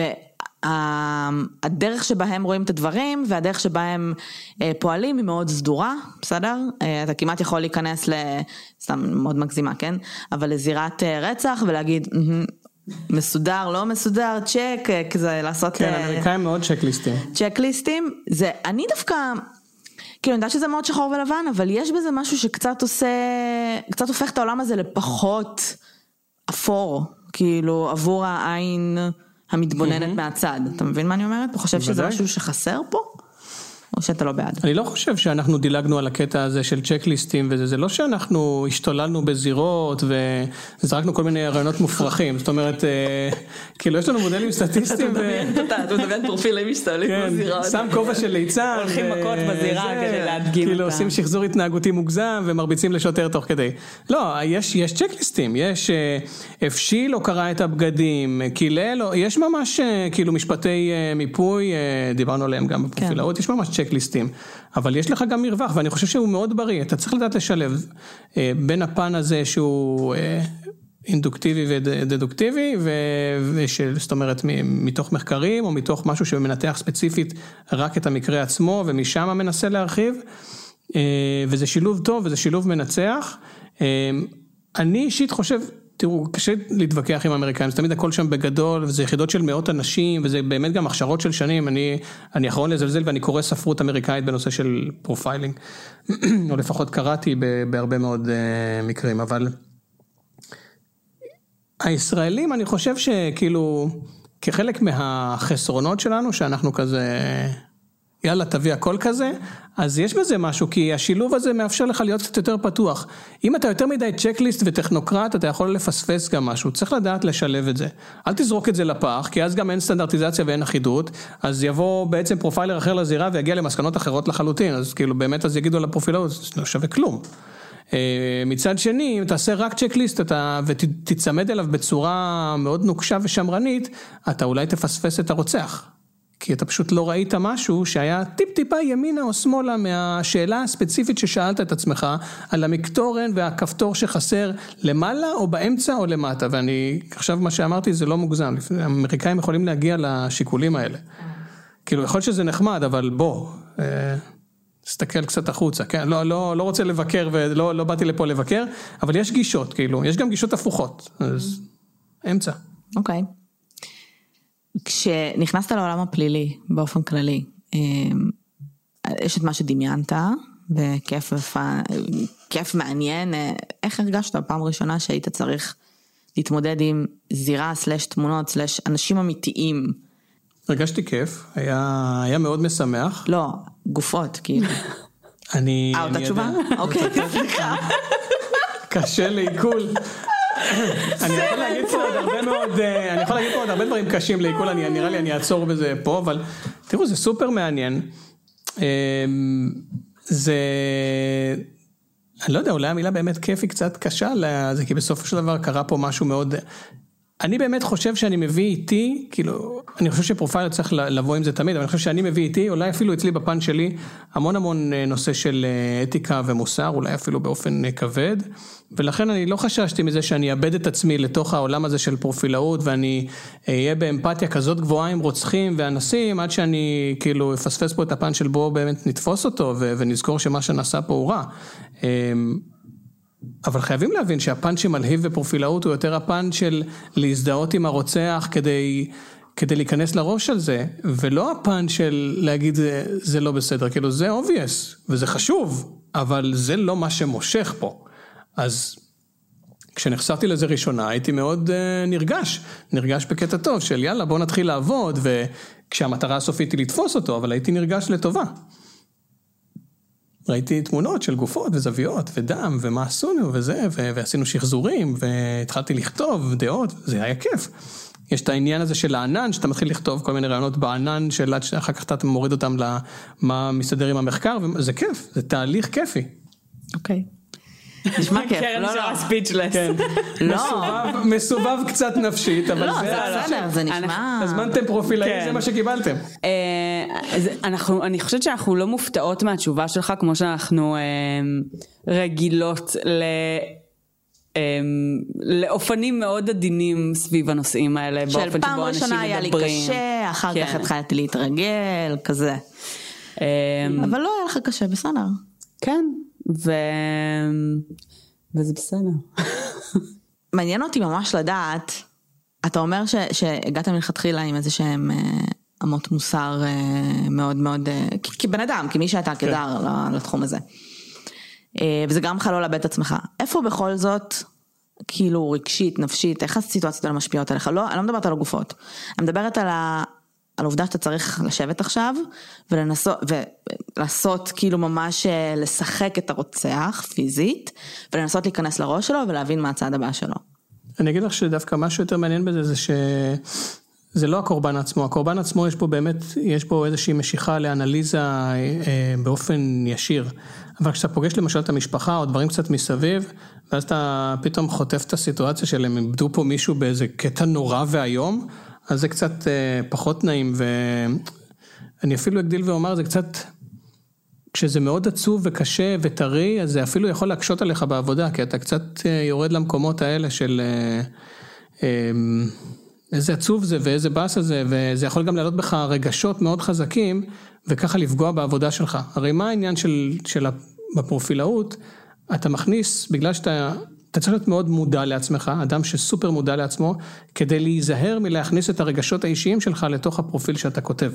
[SPEAKER 2] והדרך שבהם רואים את הדברים, והדרך שבהם פועלים היא מאוד סדורה, בסדר? אתה כמעט יכול להיכנס סתם מאוד מגזימה, כן? אבל לזירת רצח ולהגיד, מסודר, לא מסודר, צ'ק, כזה לעשות...
[SPEAKER 3] כן, אמריקאים מאוד צ'קליסטים.
[SPEAKER 2] צ'קליסטים, זה, אני דווקא... כאילו, אני יודעת שזה מאוד שחור ולבן, אבל יש בזה משהו שקצת קצת הופך את העולם הזה לפחות אפור, כאילו, עבור העין המתבוננת מהצד. אתה מבין מה אני אומרת? אתה חושב שזה משהו שחסר פה? או שאתה לא בעד?
[SPEAKER 3] אני לא חושב שאנחנו דילגנו על הקטע הזה של צ'קליסטים וזה, זה לא שאנחנו השתוללנו בזירות וזרקנו כל מיני רעיונות מופרכים, זאת אומרת, כאילו יש לנו מודלים סטטיסטיים.
[SPEAKER 2] אתה מדמיין פרופילים משתוללים בזירות.
[SPEAKER 3] שם כובע של ליצן.
[SPEAKER 1] הולכים מכות בזירה כדי להדגים אותה.
[SPEAKER 3] כאילו עושים שחזור התנהגותי מוגזם ומרביצים לשוטר תוך כדי. לא, יש צ'קליסטים, יש הפשיל או קרא את הבגדים, קילל, יש ממש כאילו משפטי מיפוי, דיברנו עליהם גם בפרופילאות, יש ממש צ'קליסטים, אבל יש לך גם מרווח, ואני חושב שהוא מאוד בריא, אתה צריך לדעת לשלב בין הפן הזה שהוא אינדוקטיבי ודדוקטיבי, זאת אומרת מתוך מחקרים, או מתוך משהו שמנתח ספציפית רק את המקרה עצמו, ומשם מנסה להרחיב, וזה שילוב טוב, וזה שילוב מנצח. אני אישית חושב, תראו, קשה להתווכח עם האמריקאים, זה תמיד הכל שם בגדול, וזה יחידות של מאות אנשים, וזה באמת גם הכשרות של שנים, אני אחרון לזלזל, ואני קורא ספרות אמריקאית בנושא של פרופיילינג, או לפחות קראתי בהרבה מאוד מקרים, אבל הישראלים, אני חושב שכאילו, כחלק מהחסרונות שלנו, שאנחנו כזה, יאללה תביא הכל כזה, אז יש בזה משהו, כי השילוב הזה מאפשר לך להיות קצת יותר פתוח. אם אתה יותר מדי צ'קליסט וטכנוקרט, אתה יכול לפספס גם משהו, צריך לדעת לשלב את זה. אל תזרוק את זה לפח, כי אז גם אין סטנדרטיזציה ואין אחידות, אז יבוא בעצם פרופיילר אחר לזירה, ויגיע למסקנות אחרות לחלוטין, אז כאילו באמת אז יגידו לפרופילאות, זה לא שווה כלום. מצד שני, אם תעשה רק צ'קליסט ותצמד אליו בצורה מאוד נוקשה ושמרנית, אתה אולי תפספס את הרוצח. כי אתה פשוט לא ראית משהו שהיה טיפ-טיפה ימינה או שמאלה מהשאלה הספציפית ששאלת את עצמך על המקטורן והכפתור שחסר למעלה או באמצע או למטה. ואני, עכשיו מה שאמרתי זה לא מוגזם. האמריקאים יכולים להגיע לשיקולים האלה. כאילו יכול שזה נחמד, אבל בוא, תסתכל קצת החוצה. כן? לא רוצה לבקר ולא באתי לפה לבקר, אבל יש גישות, כאילו, יש גם גישות הפוכות. אז אמצע.
[SPEAKER 2] אוקיי. כשנכנסת לעולם הפלילי באופן כללי, יש את מה שדמיינת, וכיף מעניין, איך הרגשת בפעם ראשונה שהיית צריך להתמודד עם זירה סלש תמונות סלש אנשים אמיתיים?
[SPEAKER 3] הרגשתי כיף, היה מאוד משמח.
[SPEAKER 2] לא, גופות, כאילו. אותה תשובה? אוקיי, סליחה.
[SPEAKER 3] קשה לעיכול. אני יכול להגיד פה עוד הרבה דברים קשים לעיכול, נראה לי אני אעצור בזה פה, אבל תראו, זה סופר מעניין. זה, אני לא יודע, אולי המילה באמת כיף היא קצת קשה, זה כי בסופו של דבר קרה פה משהו מאוד, אני באמת חושב שאני מביא איתי, כאילו, אני חושב שפרופיילר צריך לבוא עם זה תמיד, אבל אני חושב שאני מביא איתי, אולי אפילו אצלי בפן שלי, המון נושא של אתיקה ומוסר, אולי אפילו באופן כבד, ולכן אני לא חששתי מזה שאני אאבד את עצמי לתוך העולם הזה של פרופילאות, ואני אהיה באמפתיה כזאת גבוהה עם רוצחים ואנסים, עד שאני כאילו אפספס פה את הפן של בו באמת נתפוס אותו, ונזכור שמה שנעשה פה הוא רע. אבל חייבים להבין שהפן שמלהיב בפרופילאות הוא יותר הפן של להזדהות עם הרוצח כדי להיכנס לראש של זה, ולא הפן של להגיד זה לא בסדר, כאילו זה obvious וזה חשוב, אבל זה לא מה שמושך פה. אז כשנחשפתי לזה ראשונה הייתי מאוד נרגש בקטע טוב של יאללה בוא נתחיל לעבוד, וכשהמטרה הסופית היא לתפוס אותו, אבל הייתי נרגש לטובה. ראיתי תמונות של גופות וזוויות ודם ומה עשינו וזה, ועשינו שחזורים והתחלתי לכתוב דעות, זה היה כיף. יש את העניין הזה של הענן, שאתה מתחיל לכתוב כל מיני רעיונות בענן, שאחר כך אתה מוריד אותם למה מסתדר עם המחקר, וזה כיף, זה תהליך כיפי.
[SPEAKER 2] אוקיי. נשמע כיף.
[SPEAKER 1] קרן נשארה ספיצ'לס.
[SPEAKER 3] מסובב קצת נפשית, אבל
[SPEAKER 2] זה נשמע.
[SPEAKER 3] הזמנתם פרופילאים, זה מה שקיבלתם.
[SPEAKER 1] אני חושבת שאנחנו לא מופתעות מהתשובה שלך, כמו שאנחנו רגילות לאופנים מאוד עדינים סביב הנושאים האלה, באופן שבו אנשים מדברים.
[SPEAKER 2] של פעם ראשונה היה לי קשה, אחר כך התחלתי להתרגל, כזה. אבל לא היה לך קשה, בסדר.
[SPEAKER 1] כן. וזה בסדר.
[SPEAKER 2] מעניין אותי ממש לדעת, אתה אומר שהגעת מלכתחילה עם איזה שהם אמות מוסר מאוד מאוד, כבן אדם, כמי שאתה כדר לתחום הזה. וזה גם לך לא לאבד את עצמך. איפה בכל זאת, כאילו רגשית, נפשית, איך הסיטואציות האלה משפיעות עליך? אני לא מדברת על הגופות. אני מדברת על על העובדה שאתה צריך לשבת עכשיו, ולנסות כאילו ממש לשחק את הרוצח פיזית, ולנסות להיכנס לראש שלו, ולהבין מה הצעד הבא שלו.
[SPEAKER 3] אני אגיד לך שדווקא משהו יותר מעניין בזה, זה שזה לא הקורבן עצמו, הקורבן עצמו יש פה באמת, יש פה איזושהי משיכה לאנליזה באופן ישיר, אבל כשאתה פוגש למשל את המשפחה, או דברים קצת מסביב, ואז אתה פתאום חוטף את הסיטואציה שלהם, הם איבדו פה מישהו באיזה קטע נורא והיום, אז זה קצת פחות נעים, ואני אפילו אגדיל ואומר, זה קצת, כשזה מאוד עצוב וקשה וטרי, אז זה אפילו יכול להקשות עליך בעבודה, כי אתה קצת יורד למקומות האלה של איזה עצוב זה ואיזה באס הזה, וזה יכול גם לעלות בך רגשות מאוד חזקים, וככה לפגוע בעבודה שלך. הרי מה העניין בפרופילאות, אתה מכניס, בגלל שאתה צריך להיות מאוד מודע לעצמך, אדם שסופר מודע לעצמו, כדי להיזהר מלהכניס את הרגשות האישיים שלך לתוך הפרופיל שאתה כותב.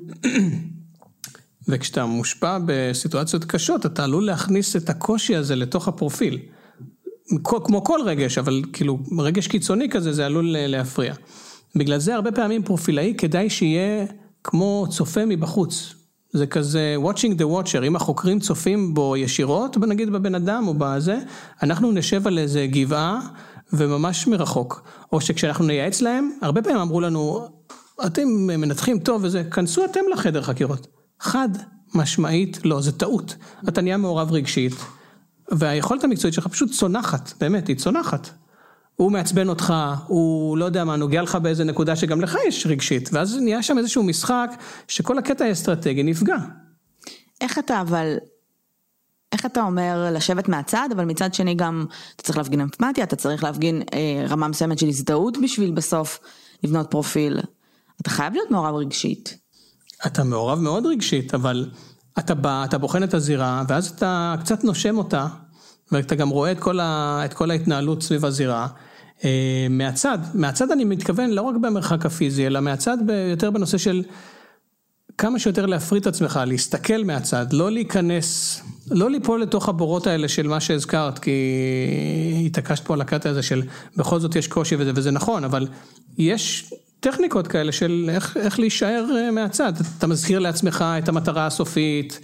[SPEAKER 3] וכשאתה מושפע בסיטואציות קשות, אתה עלול להכניס את הקושי הזה לתוך הפרופיל. כמו כל רגש, אבל כאילו רגש קיצוני כזה, זה עלול להפריע. בגלל זה הרבה פעמים פרופילאי כדאי שיהיה כמו צופה מבחוץ. זה כזה watching the watcher, אם החוקרים צופים בו ישירות, נגיד בבן אדם או בזה, אנחנו נשב על איזה גבעה וממש מרחוק. או שכשאנחנו נייעץ להם, הרבה פעמים אמרו לנו, אתם מנתחים טוב וזה, כנסו אתם לחדר חקירות. חד משמעית, לא, זה טעות. אתה נהיה מעורב רגשית, והיכולת המקצועית שלך פשוט צונחת, באמת, היא צונחת. הוא מעצבן אותך, הוא לא יודע מה, נוגע לך באיזה נקודה שגם לך יש רגשית, ואז נהיה שם איזשהו משחק שכל הקטע האסטרטגי נפגע.
[SPEAKER 2] איך אתה אומר לשבת מהצד, אבל מצד שני גם אתה צריך להפגין אמפתיה, אתה צריך להפגין רמה מסוימת של הזדהות בשביל בסוף לבנות פרופיל. אתה חייב להיות מעורב רגשית.
[SPEAKER 3] אתה מעורב מאוד רגשית, אבל אתה בא, אתה בוחן את הזירה, ואז אתה קצת נושם אותה, ואתה גם רואה את כל ההתנהלות סביב הזירה. מהצד אני מתכוון לא רק במרחק הפיזי, אלא מהצד יותר בנושא של כמה שיותר להפריד את עצמך, להסתכל מהצד, לא להיכנס, לא ליפול לתוך הבורות האלה של מה שהזכרת, כי התעקשת פה על הקטע הזה של בכל זאת יש קושי וזה נכון, אבל יש טכניקות כאלה של איך להישאר מהצד. אתה מזכיר לעצמך את המטרה הסופית,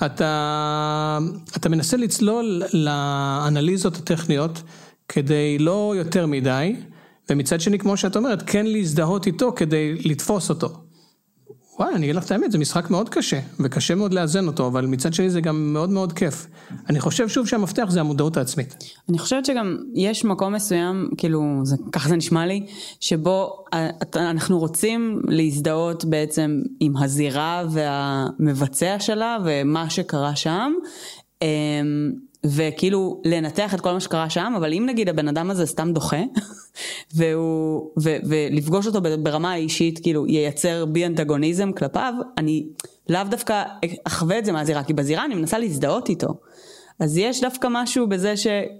[SPEAKER 3] אתה מנסה לצלול לאנליזות הטכניות כדי לא יותר מדי, ומצד שני כמו שאת אומרת, כן להזדהות איתו כדי לתפוס אותו. וואי, אני אגיד לך את האמת, זה משחק מאוד קשה, וקשה מאוד לאזן אותו, אבל מצד שני זה גם מאוד מאוד כיף. אני חושב שוב שהמפתח זה המודעות העצמית.
[SPEAKER 1] אני חושבת שגם יש מקום מסוים, כאילו, ככה זה נשמע לי, שבו אנחנו רוצים להזדהות בעצם עם הזירה והמבצע שלה, ומה שקרה שם, וכאילו לנתח את כל מה שקרה שם, אבל אם נגיד הבן אדם הזה סתם דוחה, ולפגוש אותו ברמה האישית, כאילו ייצר בי אנטגוניזם כלפיו, אני לאו דווקא אחווה את זה מהזירה, כי בזירה אני מנסה להזדהות איתו. אז יש דווקא משהו בזה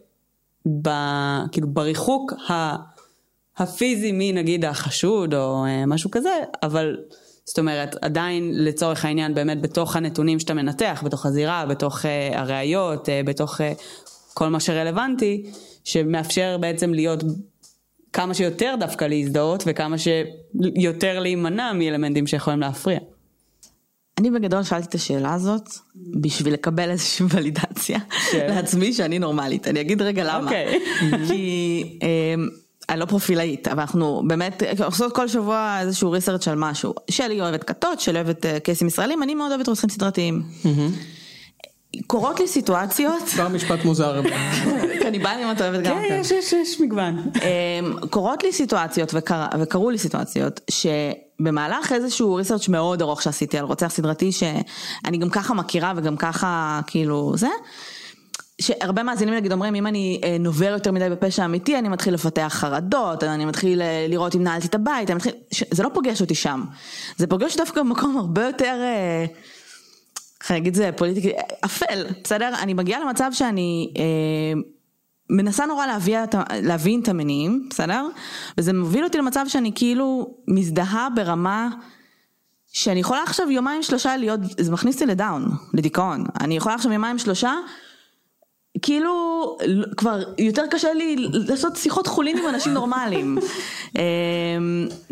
[SPEAKER 1] כאילו בריחוק הפיזי מי נגיד החשוד או משהו כזה, אבל זאת אומרת, עדיין לצורך העניין באמת בתוך הנתונים שאתה מנתח, בתוך הזירה, בתוך הראיות, בתוך כל מה שרלוונטי, שמאפשר בעצם להיות כמה שיותר דווקא להזדהות, וכמה שיותר להימנע מאלמנטים שיכולים להפריע.
[SPEAKER 2] אני בגדול שאלתי את השאלה הזאת, בשביל לקבל איזושהי ולידציה לעצמי שאני נורמלית. אני אגיד רגע למה. כי אני לא פרופילאית, אבל אנחנו באמת עושות כל שבוע איזשהו ריסרצ' על משהו. שלי אוהבת כתות, שלי אוהבת קייסים ישראלים, אני מאוד אוהבת רוצחים סדרתיים. קורות לי סיטואציות.
[SPEAKER 3] כבר משפט מוזר.
[SPEAKER 2] קניבלים את אוהבת גם.
[SPEAKER 1] כן, יש מגוון.
[SPEAKER 2] קורות לי סיטואציות וקרו לי סיטואציות שבמהלך איזשהו ריסרצ' מאוד ארוך שעשיתי על רוצח סדרתי שאני גם ככה מכירה וגם ככה כאילו זה. שהרבה מאזינים נגיד אומרים, אם אני נובר יותר מדי בפשע אמיתי, אני מתחיל לפתח חרדות, אני מתחיל לראות אם נעלתי את הבית, זה לא פוגש אותי שם. זה פוגש דווקא במקום הרבה יותר, אני אגיד זה פוליטיקלי, אפל, בסדר? אני מגיעה למצב שאני מנסה נורא להבין את המניעים, בסדר? וזה מוביל אותי למצב שאני כאילו מזדהה ברמה שאני יכולה עכשיו 2-3 להיות, זה מכניס אותי לדאון, לדיכאון. אני יכולה עכשיו 2-3 כאילו כבר יותר קשה לי לעשות שיחות חולין עם אנשים נורמליים.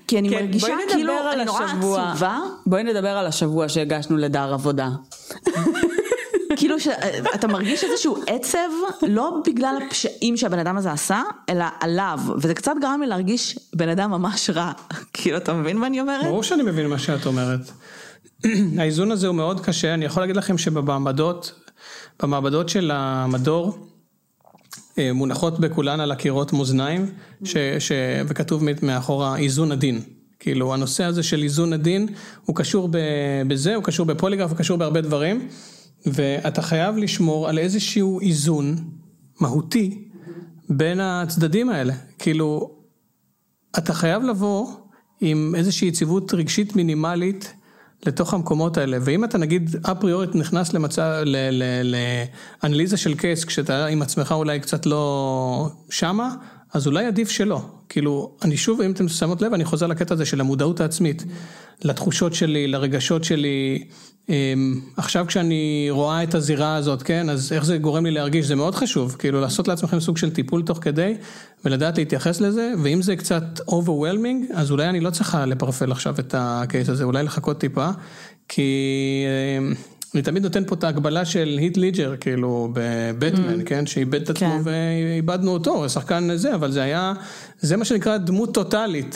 [SPEAKER 2] כי אני מרגישה כאילו,
[SPEAKER 1] אני נורא עצובה. בואי נדבר על השבוע שהגשנו לדר עבודה.
[SPEAKER 2] כאילו שאתה מרגיש איזשהו עצב, לא בגלל הפשעים שהבן אדם הזה עשה, אלא עליו, וזה קצת גרם לי להרגיש בן אדם ממש רע. כאילו, אתה מבין מה אני אומרת?
[SPEAKER 3] ברור שאני מבין מה שאת אומרת. האיזון הזה הוא מאוד קשה, אני יכול להגיד לכם שבמעבדות של המדור, מונחות בכולן על הקירות מאזניים, וכתוב מאחורה איזון הדין. כאילו הנושא הזה של איזון הדין, הוא קשור בזה, הוא קשור בפוליגרף, הוא קשור בהרבה דברים, ואתה חייב לשמור על איזשהו איזון מהותי בין הצדדים האלה. כאילו, אתה חייב לבוא עם איזושהי יציבות רגשית מינימלית לתוך המקומות האלה, ואם אתה נגיד אפריורית נכנס למצב, לאנליזה של קייס, כשאתה עם עצמך אולי קצת לא שמה, אז אולי עדיף שלא. כאילו, אני שוב, אם אתם שמות לב, אני חוזר לקטע הזה של המודעות העצמית, לתחושות שלי, לרגשות שלי, עכשיו כשאני רואה את הזירה הזאת, כן, אז איך זה גורם לי להרגיש, זה מאוד חשוב, כאילו לעשות לעצמכם סוג של טיפול תוך כדי, ולדעת להתייחס לזה, ואם זה קצת overwhelming, אז אולי אני לא צריכה לפרפל עכשיו את הקייס הזה, אולי לחכות טיפה, כי אני תמיד נותן פה את ההגבלה של היט ליג'ר, כאילו בבטמן, כן, שאיבד את עצמו ואיבדנו אותו, השחקן הזה, אבל זה היה, זה מה שנקרא דמות טוטלית,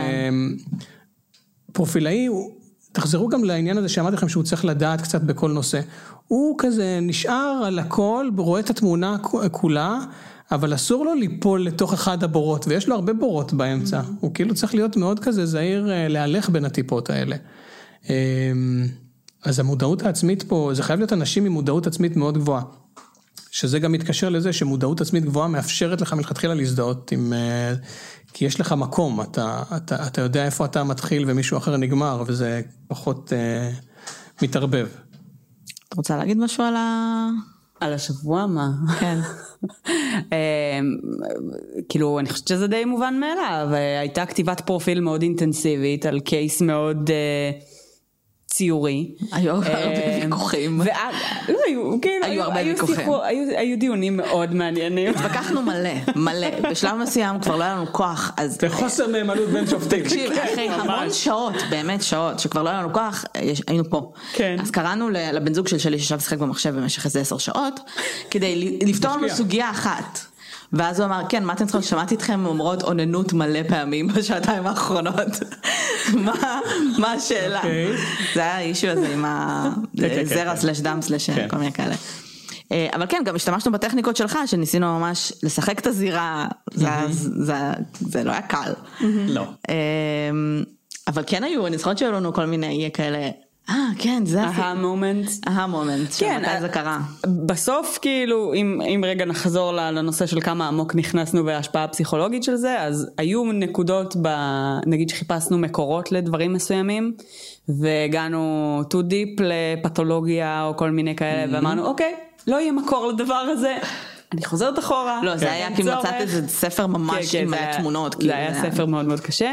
[SPEAKER 3] פרופילאי, תחזרו גם לעניין הזה שאמרתי לכם שהוא צריך לדעת קצת בכל נושא, הוא כזה נשאר על הכל, רואה את התמונה כולה, אבל אסור לו ליפול לתוך אחד הבורות, ויש לו הרבה בורות באמצע, הוא כאילו צריך להיות מאוד כזה זהיר להלך בין הטיפות האלה. אז המודעות העצמית פה, זה חייב להיות אנשים עם מודעות עצמית מאוד גבוהה, שזה גם מתקשר לזה שמודעות עצמית גבוהה מאפשרת לך מלכתחילה להזדהות עם, כי יש לך מקום, אתה יודע איפה אתה מתחיל ומישהו אחר נגמר, וזה פחות מתערבב.
[SPEAKER 2] את רוצה להגיד משהו
[SPEAKER 1] על השבוע, מה?
[SPEAKER 2] כן.
[SPEAKER 1] כאילו, אני חושבת שזה די מובן מאליו, הייתה כתיבת פרופיל מאוד אינטנסיבית, על קייס מאוד ציורי.
[SPEAKER 2] היו הרבה ויכוחים.
[SPEAKER 1] היו הרבה ויכוחים. היו דיונים מאוד מעניינים.
[SPEAKER 2] התווכחנו מלא. בשלב מסוים כבר לא היה לנו כוח.
[SPEAKER 3] זה חוסר נאמנות בין שופטים.
[SPEAKER 2] תקשיב, אחרי המון שעות, באמת שעות, שכבר לא היה לנו כוח, היינו פה. אז קראנו לבן זוג שלי ששב שחק במחשב במשך איזה 10 שעות, כדי לפתור לנו סוגיה אחת. ואז הוא אמר, כן, מה אתם צריכים? שמעתי אתכם אומרות עוננות מלא פעמים בשעתיים האחרונות. מה השאלה? זה היה האישו הזה עם הזרע סלש דם סלש כל מיני כאלה. אבל כן, גם השתמשנו בטכניקות שלך, שניסינו ממש לשחק את הזירה, זה לא היה קל.
[SPEAKER 3] לא.
[SPEAKER 2] אבל כן היו, אני זוכרת שהיו לנו כל מיני כאלה, כן, זה
[SPEAKER 1] המומנט,
[SPEAKER 2] שמתי זה קרה.
[SPEAKER 1] בסוף כאילו, אם רגע נחזור לנושא של כמה עמוק נכנסנו בהשפעה הפסיכולוגית של זה, אז היו נקודות, נגיד שחיפשנו מקורות לדברים מסוימים, והגענו too deep לפתולוגיה או כל מיני כאלה, ואמרנו, אוקיי, לא יהיה מקור לדבר הזה, אני חוזרת אחורה.
[SPEAKER 2] לא, זה היה כי מצאת איזה ספר ממש עם מלא תמונות.
[SPEAKER 1] זה היה ספר מאוד מאוד קשה.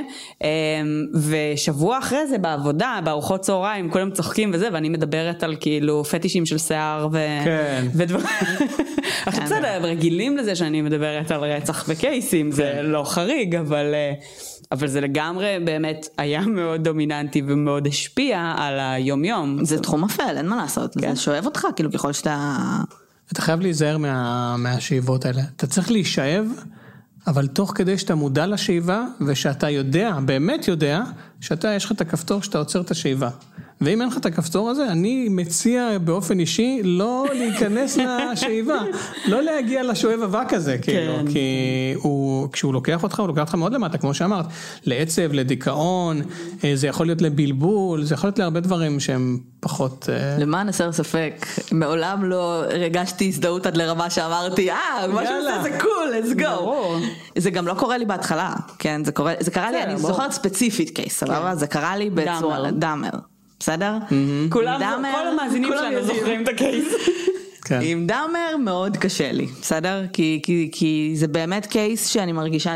[SPEAKER 1] ושבוע אחרי זה בעבודה, בארוחות צהריים, כולם צוחקים וזה, ואני מדברת על כאילו פטישים של שיער ודברים. עכשיו בסדר, רגילים לזה שאני מדברת על רצח וקייסים, זה לא חריג, אבל זה לגמרי באמת היה מאוד דומיננטי ומאוד השפיע על היום יום.
[SPEAKER 2] זה תחום אפל, אין מה לעשות. זה שואב אותך, כאילו ככל שאתה...
[SPEAKER 3] אתה חייב להיזהר מהשאיבות האלה. אתה צריך להישאב, אבל תוך כדי שאתה מודע לשאיבה, ושאתה יודע, באמת יודע, שאתה יש לך את הכפתור שאתה עוצר את השאיבה. ואם אין לך את הכפתור הזה, אני מציע באופן אישי לא להיכנס לשאיבה, לא להגיע לשואב אבק הזה, כאילו, כי כשהוא לוקח אותך, הוא לוקח אותך מאוד למטה, כמו שאמרת, לעצב, לדיכאון, זה יכול להיות לבלבול, זה יכול להיות להרבה דברים שהם פחות...
[SPEAKER 2] למען הסר ספק, מעולם לא רגשתי הזדהות עד לרמה שאמרתי, משהו זה קול, let's go. זה גם לא קורה לי בהתחלה, כן, זה קרה לי, אני זוכרת ספציפית קייס, סבבה? זה קרה לי בצורה דאמר. בסדר?
[SPEAKER 1] כל המאזינים שלנו זוכרים את הקייס.
[SPEAKER 2] עם דאמר מאוד קשה לי, בסדר? כי זה באמת קייס שאני מרגישה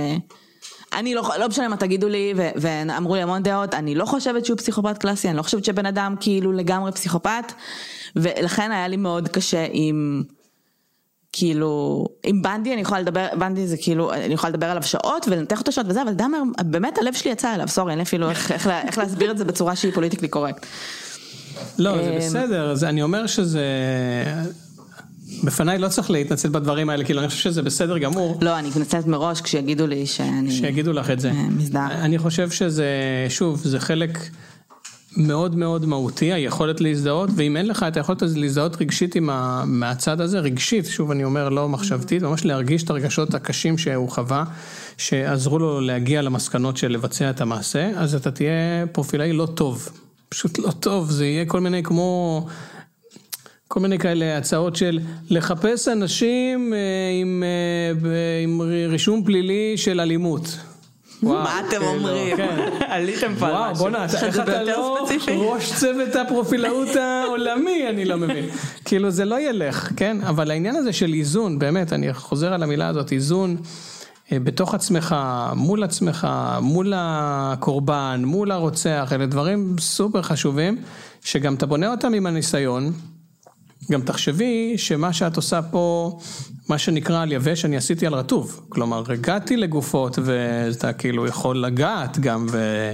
[SPEAKER 2] אני לא משנה מה תגידו לי, ואמרו לי המון דעות, אני לא חושבת שהוא פסיכופת קלאסי, אני לא חושבת שבן אדם כאילו לגמרי פסיכופת, ולכן היה לי מאוד קשה עם כאילו, עם בנדי אני יכולה לדבר, בנדי זה כאילו, אני יכולה לדבר עליו שעות ולנתח אותו שעות וזה, אבל דאמר, באמת הלב שלי יצא אליו, סורי, אין לי אפילו איך להסביר את זה בצורה שהיא פוליטיקלי קורקט.
[SPEAKER 3] לא, זה בסדר, אני אומר שזה, בפניי לא צריך להתנצל בדברים האלה, כאילו אני חושב שזה בסדר גמור.
[SPEAKER 2] לא, אני מתנצלת מראש כשיגידו לי שאני...
[SPEAKER 3] שיגידו לך את זה.
[SPEAKER 2] מזדהה.
[SPEAKER 3] אני חושב שזה, שוב, זה חלק מאוד מאוד מהותי, היכולת להזדהות, ואם אין לך את היכולת להזדהות רגשית מהצד הזה, רגשית, שוב אני אומר, לא מחשבתית, ממש להרגיש את הרגשות הקשים שהוא חווה, שעזרו לו להגיע למסקנות של לבצע את המעשה, אז אתה תהיה פרופילאי לא טוב, פשוט לא טוב, זה יהיה כל מיני כמו... כל מיני כאלה הצעות של לחפש אנשים עם רישום פלילי של אלימות.
[SPEAKER 2] מה אתם אומרים?
[SPEAKER 1] עליתם פה על
[SPEAKER 3] וואו, בוא נע, איך אתה לא ראש צוות הפרופילאות העולמי, אני לא מבין. כאילו זה לא ילך, כן? אבל העניין הזה של איזון, באמת, אני חוזר על המילה הזאת, איזון בתוך עצמך, מול עצמך, מול הקורבן, מול הרוצח, אלה דברים סופר חשובים, שגם אתה בונה אותם עם הניסיון, גם תחשבי שמה שאת עושה פה, מה שנקרא על יבש, אני עשיתי על רטוב. כלומר, הגעתי לגופות, ואתה כאילו יכול לגעת גם,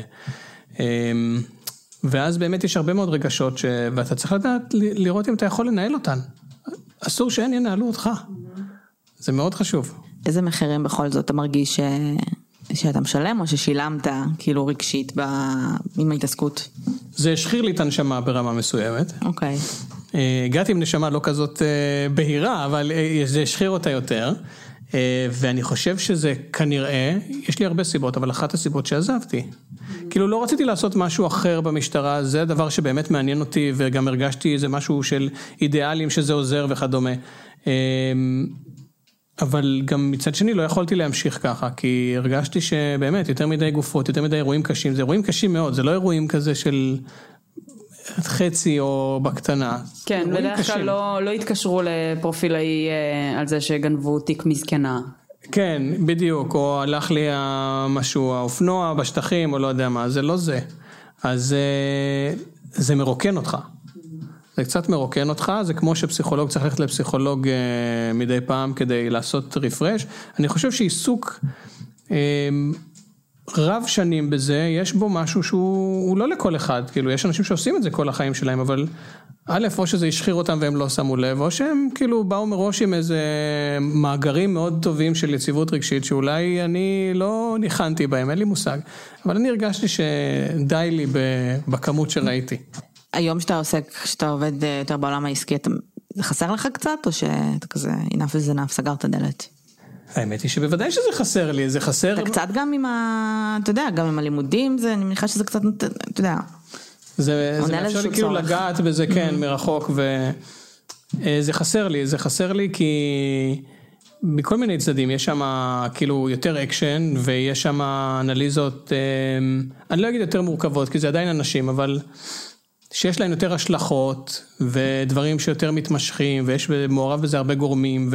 [SPEAKER 3] ואז באמת יש הרבה מאוד רגשות, ואתה צריך לדעת לראות אם אתה יכול לנהל אותן. אסור שהן ינהלו אותך. זה מאוד חשוב.
[SPEAKER 2] איזה מחירים בכל זאת אתה מרגיש שאתה משלם, או ששילמת כאילו רגשית עם ההתעסקות?
[SPEAKER 3] זה השחיר לי את הנשמה ברמה מסוימת.
[SPEAKER 2] אוקיי.
[SPEAKER 3] הגעתי עם נשמה לא כזאת בהירה, אבל זה השחיר אותה יותר, ואני חושב שזה כנראה, יש לי הרבה סיבות, אבל אחת הסיבות שעזבתי. כאילו לא רציתי לעשות משהו אחר במשטרה, זה הדבר שבאמת מעניין אותי, וגם הרגשתי איזה משהו של אידיאלים שזה עוזר וכדומה. אבל גם מצד שני לא יכולתי להמשיך ככה, כי הרגשתי שבאמת יותר מדי גופות, יותר מדי אירועים קשים, זה אירועים קשים מאוד, זה לא אירועים כזה של... חצי או בקטנה.
[SPEAKER 1] כן, בדרך כלל לא התקשרו לפרופילאי על זה שגנבו תיק מזקנה.
[SPEAKER 3] כן, בדיוק, או הלך לי משהו, האופנוע בשטחים, או לא יודע מה, זה לא זה. אז זה מרוקן אותך. זה קצת מרוקן אותך, זה כמו שפסיכולוג צריך ללכת לפסיכולוג מדי פעם כדי לעשות רפרש. אני חושב שעיסוק... רב שנים בזה, יש בו משהו שהוא לא לכל אחד, כאילו יש אנשים שעושים את זה כל החיים שלהם, אבל א', או שזה ישחיר אותם והם לא שמו לב, או שהם כאילו באו מראש עם איזה מאגרים מאוד טובים של יציבות רגשית, שאולי אני לא ניחנתי בהם, אין לי מושג, אבל אני הרגשתי שדי לי בכמות שראיתי.
[SPEAKER 2] היום שאתה עובד יותר בעולם העסקי, זה חסר לך קצת, או שאתה כזה, enough is enough, סגר את הדלת?
[SPEAKER 3] האמת היא שבוודאי שזה חסר לי, זה חסר...
[SPEAKER 2] אתה קצת גם עם אתה יודע, גם עם הלימודים, אני מניחה שזה קצת, אתה יודע.
[SPEAKER 3] זה מאפשר לי כאילו לגעת בזה, כן, מרחוק, וזה חסר לי כי מכל מיני צדדים, יש שם כאילו יותר אקשן, ויש שם אנליזות, אני לא אגיד יותר מורכבות, כי זה עדיין אנשים, אבל שיש להם יותר השלכות, ודברים שיותר מתמשכים, ויש מעורב בזה הרבה גורמים,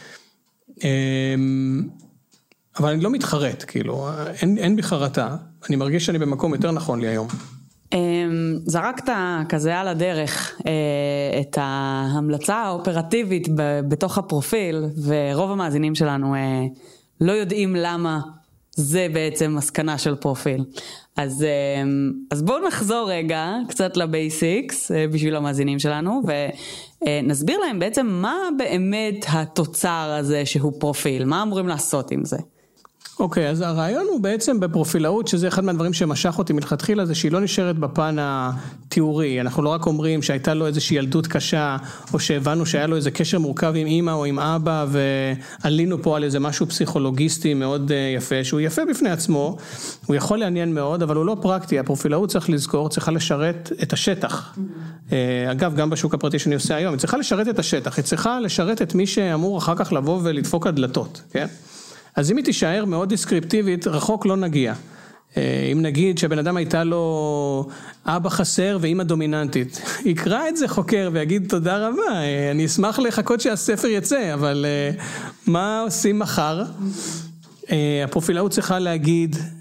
[SPEAKER 3] אבל אני לא מתחרט, כאילו, אין בי חרטה, אני מרגיש שאני במקום יותר נכון לי היום.
[SPEAKER 1] זרקת כזה על הדרך את ההמלצה האופרטיבית בתוך הפרופיל, ורוב המאזינים שלנו לא יודעים למה זה בעצם מסקנה של פרופיל. אז בואו נחזור רגע קצת לבייסיקס בשביל המאזינים שלנו, ונסביר להם בעצם מה באמת התוצר הזה שהוא פרופיל, מה אמורים לעשות עם זה.
[SPEAKER 3] אוקיי, אז הרעיון הוא בעצם בפרופילאות, שזה אחד מהדברים שמשך אותי מלכתחילה, זה שהיא לא נשארת בפן התיאורי. אנחנו לא רק אומרים שהייתה לו איזושהי ילדות קשה, או שהבנו שהיה לו איזה קשר מורכב עם אמא או עם אבא, ועלינו פה על איזה משהו פסיכולוגיסטי מאוד יפה, שהוא יפה בפני עצמו, הוא יכול לעניין מאוד, אבל הוא לא פרקטי. הפרופילאות צריך לזכור, צריכה לשרת את השטח. אגב, גם בשוק הפרטי שאני עושה היום, היא צריכה לשרת את השטח, היא צריכה לשרת את מי שאמור אחר כך לבוא ולדפוק הדלתות, כן? אז אם היא תישאר מאוד דיסקריפטיבית, רחוק לא נגיע. אם נגיד שהבן אדם הייתה לו אבא חסר ואמא דומיננטית, יקרא את זה חוקר ויגיד תודה רבה, אני אשמח לחכות שהספר יצא, אבל מה עושים מחר? הפרופילאות צריכה להגיד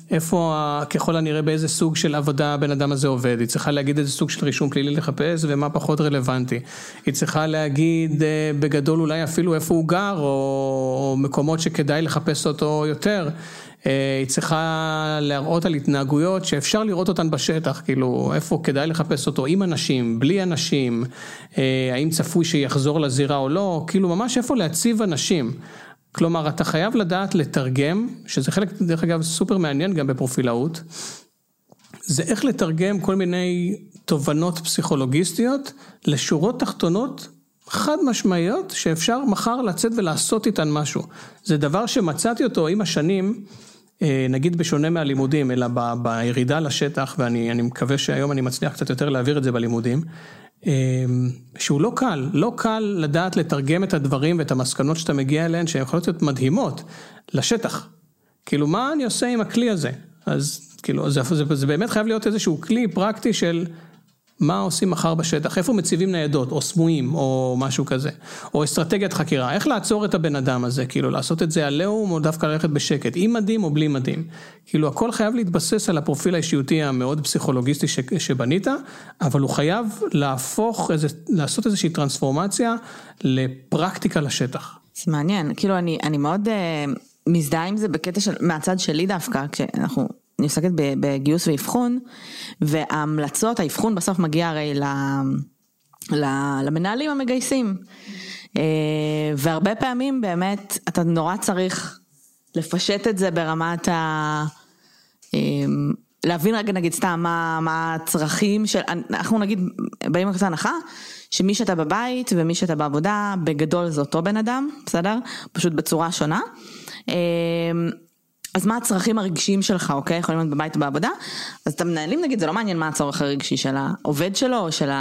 [SPEAKER 3] איפה, ככל הנראה באיזה סוג של עבודה הבן אדם הזה עובד, היא צריכה להגיד איזה סוג של רישום פלילי לחפש ומה פחות רלוונטי, היא צריכה להגיד בגדול אולי אפילו איפה הוא גר או מקומות שכדאי לחפש אותו יותר, היא צריכה להראות על התנהגויות שאפשר לראות אותן בשטח, כאילו איפה כדאי לחפש אותו עם אנשים, בלי אנשים, האם צפוי שיחזור לזירה או לא, כאילו ממש איפה להציב אנשים. כלומר, אתה חייב לדעת לתרגם, שזה חלק, דרך אגב, סופר מעניין גם בפרופילאות, זה איך לתרגם כל מיני תובנות פסיכולוגיסטיות לשורות תחתונות חד משמעיות, שאפשר מחר לצאת ולעשות איתן משהו. זה דבר שמצאתי אותו עם השנים, נגיד בשונה מהלימודים, אלא בירידה לשטח, ואני מקווה שהיום אני מצליח קצת יותר להעביר את זה בלימודים, שהוא לא קל, לא קל לדעת לתרגם את הדברים ואת המסקנות שאתה מגיע אליהן, שהן יכולות להיות מדהימות, לשטח. כאילו, מה אני עושה עם הכלי הזה? אז כאילו, זה באמת חייב להיות איזשהו כלי פרקטי של מה עושים מחר בשטח, איפה מציבים ניידות, או סמויים, או משהו כזה, או אסטרטגיית חקירה, איך לעצור את הבן אדם הזה, כאילו, לעשות את זה עליהום, או דווקא ללכת בשקט, עם מדים או בלי מדים, כאילו, הכל חייב להתבסס על הפרופיל האישיותי המאוד פסיכולוגיסטי שבנית, אבל הוא חייב לעשות איזושהי טרנספורמציה לפרקטיקה לשטח.
[SPEAKER 2] זה מעניין, כאילו, אני מאוד מזדהה עם זה בקטע מהצד שלי דווקא, כשאנחנו אני עוסקת בגיוס ואבחון, וההמלצות, האבחון בסוף מגיע הרי למנהלים המגייסים. והרבה פעמים באמת אתה נורא צריך לפשט את זה ברמת להבין רגע נגיד סתם מה הצרכים של, אנחנו נגיד באים לקצת הנחה, שמי שאתה בבית ומי שאתה בעבודה, בגדול זה אותו בן אדם, בסדר? פשוט בצורה שונה. אז מה הצרכים הרגשיים שלך, אוקיי? יכולים להיות בבית או בעבודה, אז אתה מנהלים, נגיד, זה לא מעניין מה הצורך הרגשי של העובד שלו, או של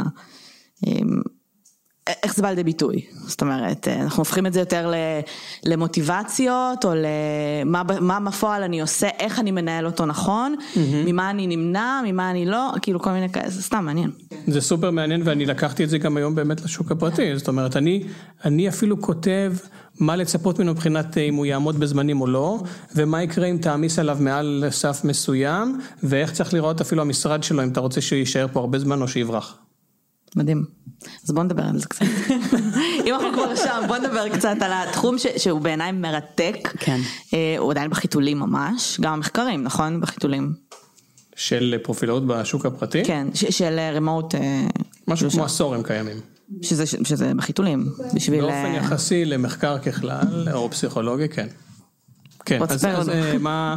[SPEAKER 2] איך זה בא לידי ביטוי. זאת אומרת, אנחנו הופכים את זה יותר למוטיבציות, או מה בפועל אני עושה, איך אני מנהל אותו נכון, ממה אני נמנע, ממה אני לא, כאילו כל מיני כאלה, זה סתם מעניין.
[SPEAKER 3] זה סופר מעניין, ואני לקחתי את זה גם היום באמת לשוק הפרטי, זאת אומרת, אני אפילו כותב מה לצפות ממנו מבחינת אם הוא יעמוד בזמנים או לא, ומה יקרה אם תעמיס עליו מעל סף מסוים, ואיך צריך לראות אפילו המשרד שלו, אם אתה רוצה שהוא יישאר פה הרבה זמן או שיברח.
[SPEAKER 2] מדהים. אז בוא נדבר על זה קצת. אם אנחנו כבר שם, בוא נדבר קצת על התחום שהוא בעיניי מרתק.
[SPEAKER 1] כן.
[SPEAKER 2] הוא עדיין בחיתולים ממש, גם המחקרים, נכון? בחיתולים.
[SPEAKER 3] של פרופילאות בשוק הפרטי?
[SPEAKER 2] כן, של רימוט.
[SPEAKER 3] משהו כמו עשור הם קיימים.
[SPEAKER 2] שזה בחיתולים.
[SPEAKER 3] באופן יחסי למחקר ככלל, או פסיכולוגי, כן. כן, אז מה...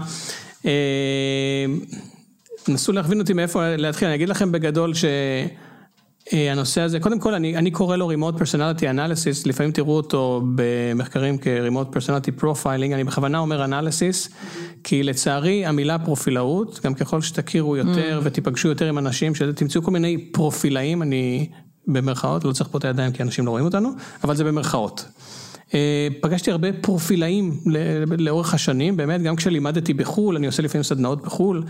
[SPEAKER 3] נסו להכווין אותי מאיפה להתחיל, אני אגיד לכם בגדול שהנושא הזה, קודם כל אני קורא לו Remote Personality Analysis, לפעמים תראו אותו במחקרים כ-Remote Personality Profiling, אני בכוונה אומר Analysis, כי לצערי המילה פרופילאות, גם ככל שתכירו יותר ותיפגשו יותר עם אנשים, שתמצאו כל מיני פרופילאים, אני במרכאות, לא צריך פה את הידיים כי אנשים לא רואים אותנו, אבל זה במרכאות. פגשתי הרבה פרופילאים לאורך השנים, באמת גם כשלימדתי בחול, אני עושה לפעמים סדנאות בחול,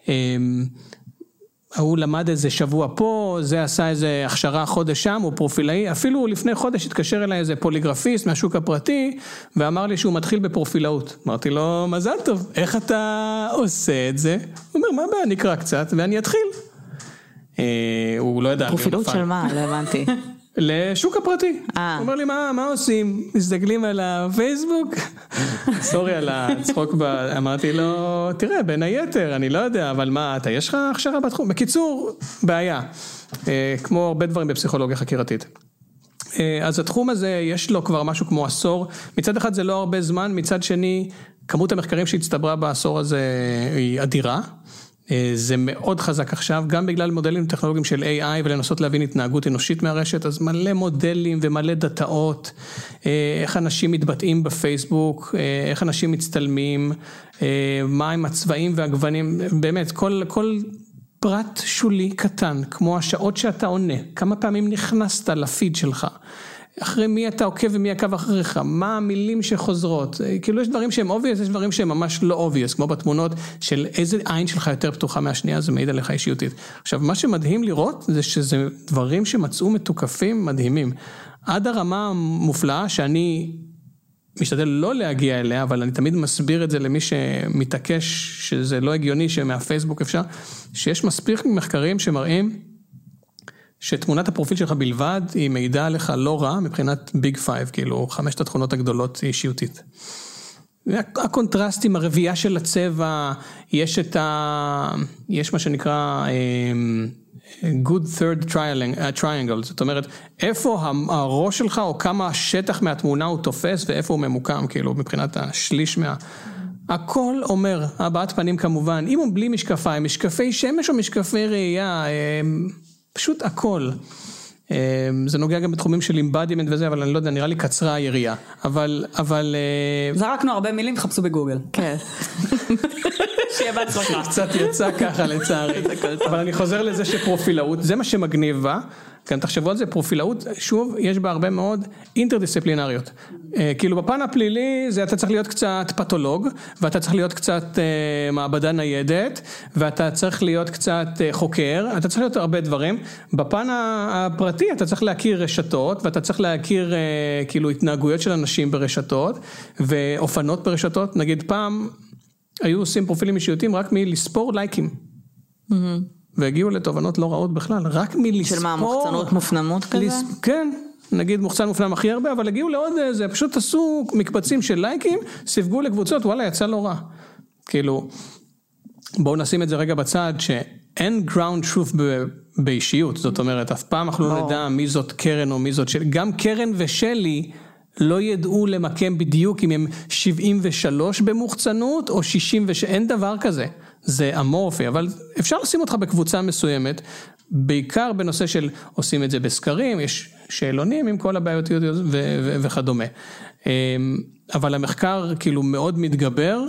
[SPEAKER 3] הוא למד איזה שבוע פה, זה עשה איזה הכשרה חודש שם, הוא פרופילאי, אפילו לפני חודש התקשר אליי איזה פוליגרפיסט מהשוק הפרטי, ואמר לי שהוא מתחיל בפרופילאות. אמרתי לו, מזל טוב, איך אתה עושה את זה? הוא אומר, מה הבעיה, נקרא קצת, ואני אתחיל. הוא לא ידע.
[SPEAKER 2] פרופילאות של מה? לא הבנתי.
[SPEAKER 3] לשוק הפרטי. הוא אומר לי, מה עושים? מסתכלים על הפייסבוק? סורי על הצחוק, אמרתי לו, תראה, בין היתר, אני לא יודע, אבל מה, יש לך הכשרה בתחום? בקיצור, בעיה. כמו הרבה דברים בפסיכולוגיה חקירתית. אז התחום הזה, יש לו כבר משהו כמו עשור. מצד אחד זה לא הרבה זמן, מצד שני, כמות המחקרים שהצטברה בעשור הזה היא אדירה. זה מאוד חזק עכשיו, גם בגלל מודלים טכנולוגיים של AI ולנסות להבין התנהגות אנושית מהרשת, אז מלא מודלים ומלא דאטאות, איך אנשים מתבטאים בפייסבוק, איך אנשים מצטלמים, מה עם הצבעים והגוונים, באמת, כל פרט שולי קטן, כמו השעות שאתה עונה, כמה פעמים נכנסת לפיד שלך, אחרי מי אתה עוקב ומי עקב אחריך, מה המילים שחוזרות, כאילו יש דברים שהם obvious, יש דברים שהם ממש לא obvious, כמו בתמונות של איזה עין שלך יותר פתוחה מהשנייה, זה מעיד עליך אישיותית. עכשיו, מה שמדהים לראות, זה שזה דברים שמצאו מתוקפים מדהימים, עד הרמה המופלאה שאני משתדל לא להגיע אליה, אבל אני תמיד מסביר את זה למי שמתעקש שזה לא הגיוני שמהפייסבוק אפשר, שיש מספיק מחקרים שמראים שתמונת הפרופיל שלך בלבד היא מידע לך לא רע מבחינת ביג פייב, כאילו 5 התכונות הגדולות אישיותית. הקונטרסטים, הרביעה של הצבע, יש מה שנקרא good third triangle, זאת אומרת, איפה הראש שלך או כמה השטח מהתמונה הוא תופס ואיפה הוא ממוקם, כאילו מבחינת השליש הכל אומר, הבעת פנים כמובן, אם הוא בלי משקפיים, משקפי שמש או משקפי ראייה, פשוט הכל. זה נוגע גם בתחומים של אימבדימנט וזה, אבל אני לא יודע, נראה לי קצרה היריעה. אבל
[SPEAKER 1] זרקנו הרבה מילים, חפשו בגוגל.
[SPEAKER 2] כן.
[SPEAKER 1] שיהיה בהצלחה.
[SPEAKER 3] קצת יצא ככה לצערי. אבל אני חוזר לזה שפרופילאות, זה מה שמגניב בה, כאן תחשבו על זה, פרופילאות, שוב, יש בה הרבה מאוד אינטרדיסציפלינריות. כאילו בפן הפלילי, זה אתה צריך להיות קצת פתולוג, ואתה צריך להיות קצת מעבדה ניידת, ואתה צריך להיות קצת חוקר, אתה צריך להיות הרבה דברים. בפן הפרטי, אתה צריך להכיר רשתות, ואתה צריך להכיר כאילו התנהגויות של אנשים ברשתות, ואופנות ברשתות. נגיד פעם, היו עושים פרופילים אישיותיים רק מלספור לייקים. והגיעו לתובנות לא רעות בכלל, רק מלספור.
[SPEAKER 2] של מה, מוחצנות מופנמות כזה?
[SPEAKER 3] כן, נגיד מוחצן מופנם הכי הרבה, אבל הגיעו לעוד איזה, פשוט עשו מקבצים של לייקים, סיווגו לקבוצות, וואלה, יצא לא רע. כאילו, בואו נשים את זה רגע בצד, שאין ground truth באישיות, זאת אומרת, אף פעם אנחנו לא נדע מי זאת קרן או מי זאת שלי, גם קרן ושלי, לא ידעו למקם בדיוק אם הם 73 במוחצנות או 60, אין דבר כזה, זה אמורפי, אבל אפשר לשים אותך בקבוצה מסוימת, בעיקר בנושא של עושים את זה בסקרים, יש שאלונים עם כל הבעיותיות וכדומה, אבל המחקר כאילו מאוד מתגבר,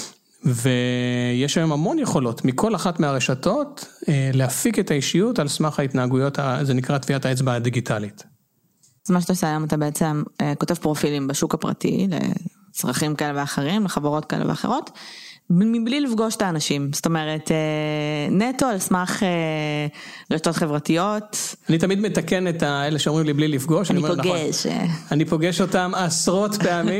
[SPEAKER 3] ויש היום המון יכולות מכל אחת מהרשתות להפיק את האישיות על סמך ההתנהגויות, זה נקרא טביעת האצבע הדיגיטלית.
[SPEAKER 2] אז מה שאתה עושה היום, אתה בעצם כותב פרופילים בשוק הפרטי, לצרכים כאלה ואחרים, לחברות כאלה ואחרות, מבלי לפגוש את האנשים, זאת אומרת, נטו על סמך רשתות חברתיות. אני
[SPEAKER 3] תמיד מתקן את האלה שאומרים לי בלי לפגוש. אני פוגש אותם עשרות פעמים,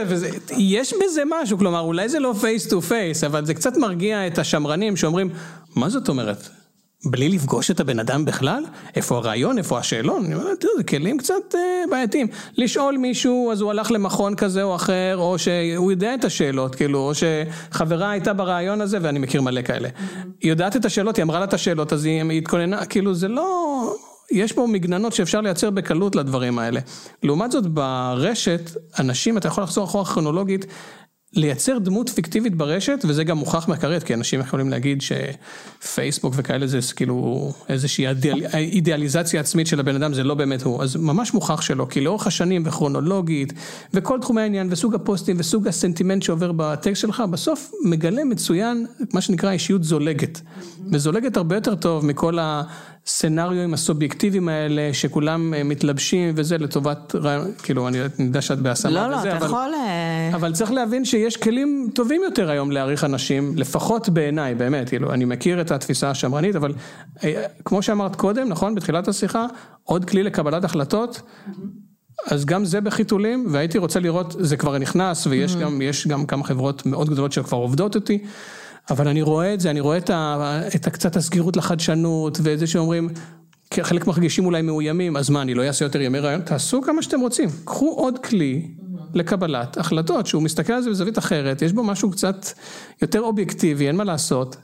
[SPEAKER 3] יש בזה משהו, כלומר, אולי זה לא face to face, אבל זה קצת מרגיע את השמרנים שאומרים, מה זאת אומרת? בלי לפגוש את הבן אדם בכלל? איפה הרעיון, איפה השאלון? אני אומר, תראו, זה כלים קצת בעייתיים. לשאול מישהו, אז הוא הלך למכון כזה או אחר, או שהוא יודע את השאלות, כאילו, או שחברה הייתה ברעיון הזה, ואני מכיר מלא כאלה. היא יודעת את השאלות, היא אמרה לה את השאלות, אז היא התכוננה, כאילו, זה לא... יש פה מגננות שאפשר לייצר בקלות לדברים האלה. לעומת זאת, ברשת, אנשים, אתה יכול לחזור אחורה כרונולוגית, לייצר דמות פיקטיבית ברשת, וזה גם מוכח מחקרית, כי אנשים יכולים להגיד שפייסבוק וכאלה זה כאילו איזושהי אידיאליזציה עצמית של הבן אדם, זה לא באמת הוא, אז ממש מוכח שלא, כי לאורך השנים וכרונולוגית, וכל תחומי העניין, וסוג הפוסטים, וסוג הסנטימנט שעובר בטקסט שלך, בסוף מגלה מצוין, מה שנקרא אישיות זולגת, וזולגת הרבה יותר טוב מכל הסצנריואים הסובייקטיביים האלה, שכולם מתלבשים, וזה לטובת, כאילו, אני יודע שאת בהשמה
[SPEAKER 2] לא, אתה יכול...
[SPEAKER 3] אבל צריך להבין שיש כלים טובים יותר היום להעריך אנשים, לפחות בעיניי, באמת, כאילו, אני מכיר את התפיסה השמרנית, אבל כמו שאמרת קודם, נכון, בתחילת השיחה, עוד כלי לקבלת החלטות, אז גם זה בחיתולים, והייתי רוצה לראות, זה כבר נכנס, ויש גם כמה חברות מאוד גדולות שכבר עובדות אותי, אבל אני רואה את זה, אני רואה את קצת הסגירות לחדשנות, וזה שאומרים, חלק מרגישים אולי מאוימים, אז מה, אני לא אעשה יותר ימי רעיון, תעשו כמה שאתם רוצים, קחו עוד כלי לקבלת החלטות, שהוא מסתכל על זה בזווית אחרת, יש בו משהו קצת יותר אובייקטיבי, אין מה לעשות,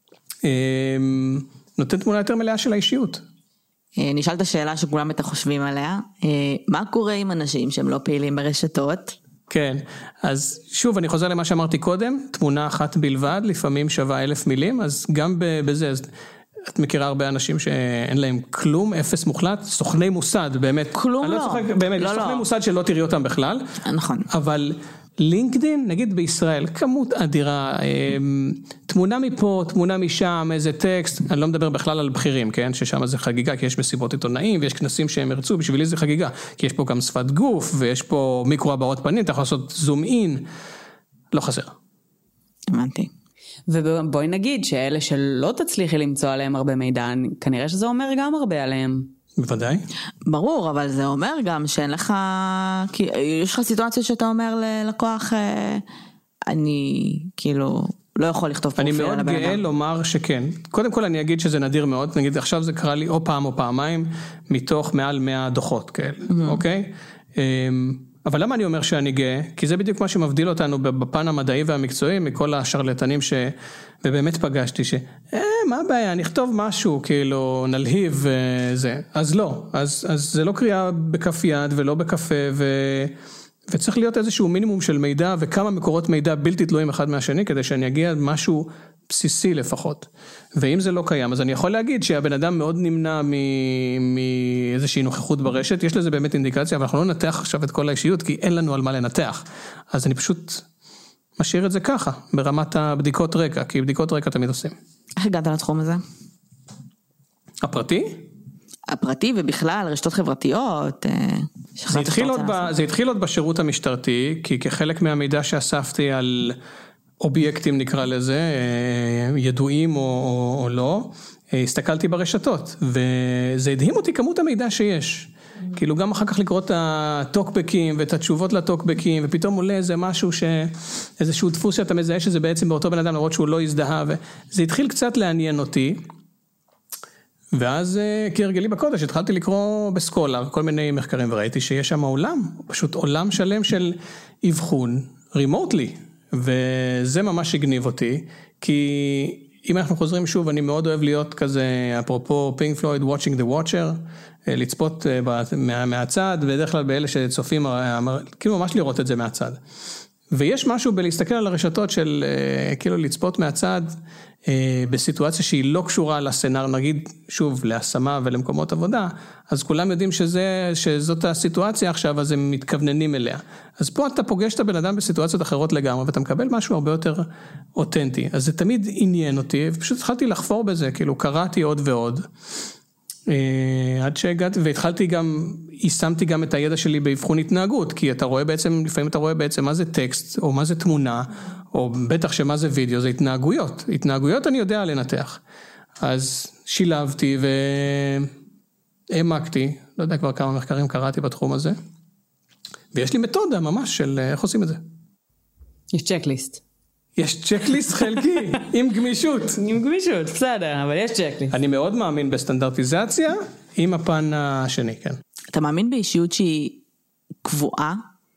[SPEAKER 3] נותן תמונה יותר מלאה של האישיות.
[SPEAKER 2] נשאל את השאלה שכולם בטח חושבים עליה, מה קורה עם אנשים שהם לא פעילים ברשתות?
[SPEAKER 3] כן, אז שוב אני חוזר למה שאמרתי קודם, תמונה אחת בלבד, לפעמים שווה 1,000 מילים, אז גם בזה, את מכירה הרבה אנשים שאין להם כלום, אפס מוחלט, סוכני מוסד, באמת.
[SPEAKER 2] כלום לא.
[SPEAKER 3] צוחק, באמת, יש סוכני מוסד שלא תראי אותם בכלל.
[SPEAKER 2] נכון.
[SPEAKER 3] אבל לינקדין, נגיד בישראל, כמות אדירה, תמונה מפה, תמונה משם, איזה טקסט, אני לא מדבר בכלל על בכירים, כן? ששם זה חגיגה, כי יש מסיבות עיתונאים, ויש כנסים שהם ירצו, בשבילי זה חגיגה, כי יש פה גם שפת גוף, ויש פה מיקרו הבעות פנים, אתה יכול לעשות זום אין, לא חסר.
[SPEAKER 2] הבנתי.
[SPEAKER 1] ובואי נגיד שאלה שלא תצליחי למצוא עליהם הרבה מידע, כנראה שזה אומר גם הרבה עליהם.
[SPEAKER 3] בוודאי.
[SPEAKER 2] ברור, אבל זה אומר גם שאין לך, כי יש לך סיטואציות שאתה אומר ללקוח, אני כאילו לא יכול לכתוב פרופיל על הבן אדם.
[SPEAKER 3] אני מאוד גאה לומר שכן. קודם כל אני אגיד שזה נדיר מאוד, נגיד עכשיו זה קרה לי או פעם או פעמיים, מתוך מעל 100 דוחות כאלה, אוקיי? אבל למה אני אומר שאני גאה? כי זה בדיוק מה שמבדיל אותנו בפן המדעי והמקצועי, מכל השרלטנים ובאמת פגשתי מה הבעיה, נכתוב משהו, כאילו נלהיב וזה. אז לא, אז זה לא קריאה בכף יד ולא בקפה וצריך להיות איזשהו מינימום של מידע וכמה מקורות מידע בלתי תלויים אחד מהשני, כדי שאני אגיע משהו בסיסי לפחות. ואם זה לא קיים, אז אני יכול להגיד שהבן אדם מאוד נמנע מאיזושהי נוכחות ברשת, יש לזה באמת אינדיקציה, אבל אנחנו לא ננתח עכשיו את כל האישיות, כי אין לנו על מה לנתח. אז אני פשוט משאיר את זה ככה, ברמת הבדיקות רקע, כי בדיקות רקע תמיד עושים.
[SPEAKER 2] איך הגעת לתחום הזה?
[SPEAKER 3] הפרטי?
[SPEAKER 2] הפרטי ובכלל, רשתות חברתיות.
[SPEAKER 3] זה התחיל עוד בשירות המשטרתי, כי כחלק מהמידע שאספתי על אובייקטים נקרא לזה, ידועים או לא, הסתכלתי ברשתות, וזה הדהים אותי כמות המידע שיש. כאילו גם אחר כך לקרוא את הטוקבקים ואת התשובות לטוקבקים, ופתאום עולה איזה משהו איזשהו דפוס שאתה מזהה שזה בעצם באותו בן אדם, למרות שהוא לא הזדהה, וזה התחיל קצת לעניין אותי, ואז כהרגלי בקודש התחלתי לקרוא בסקולר כל מיני מחקרים, וראיתי שיש שם עולם, פשוט עולם שלם של אבחון, רימוטלי, וזה ממש הגניב אותי, כי אם אנחנו חוזרים שוב, אני מאוד אוהב להיות כזה, אפרופו פינק פלויד, watching the watcher, לצפות מהצד, בדרך כלל באלה שצופים, כאילו ממש לראות את זה מהצד. ויש משהו בלהסתכל על הרשתות של כאילו לצפות מהצד, בסיטואציה שהיא לא קשורה לסנר, נגיד שוב להשמה ולמקומות עבודה, אז כולם יודעים שזאת הסיטואציה עכשיו, אז הם מתכווננים אליה. אז פה אתה פוגש את הבן אדם בסיטואציות אחרות לגמרי, ואתה מקבל משהו הרבה יותר אותנטי. אז זה תמיד עניין אותי, ופשוט התחלתי לחפור בזה, כאילו קראתי עוד ועוד, עד שהגעתי, והתחלתי גם, יישמתי גם את הידע שלי באבחון התנהגות, כי אתה רואה בעצם, לפעמים אתה רואה בעצם מה זה טקסט, או מה זה תמונה, או בטח שמה זה וידאו, זה התנהגויות. התנהגויות אני יודע לנתח. אז שילבתי והעמקתי, לא יודע כבר כמה מחקרים קראתי בתחום הזה, ויש לי מתודה ממש של איך עושים את זה.
[SPEAKER 1] יש צ'קליסט.
[SPEAKER 3] יש צ'קליסט חלקי, עם גמישות.
[SPEAKER 1] עם גמישות, בסדר, אבל יש צ'קליסט.
[SPEAKER 3] אני מאוד מאמין בסטנדרטיזציה, עם הפן השני, כן.
[SPEAKER 2] אתה מאמין באישיות שהיא קבועה?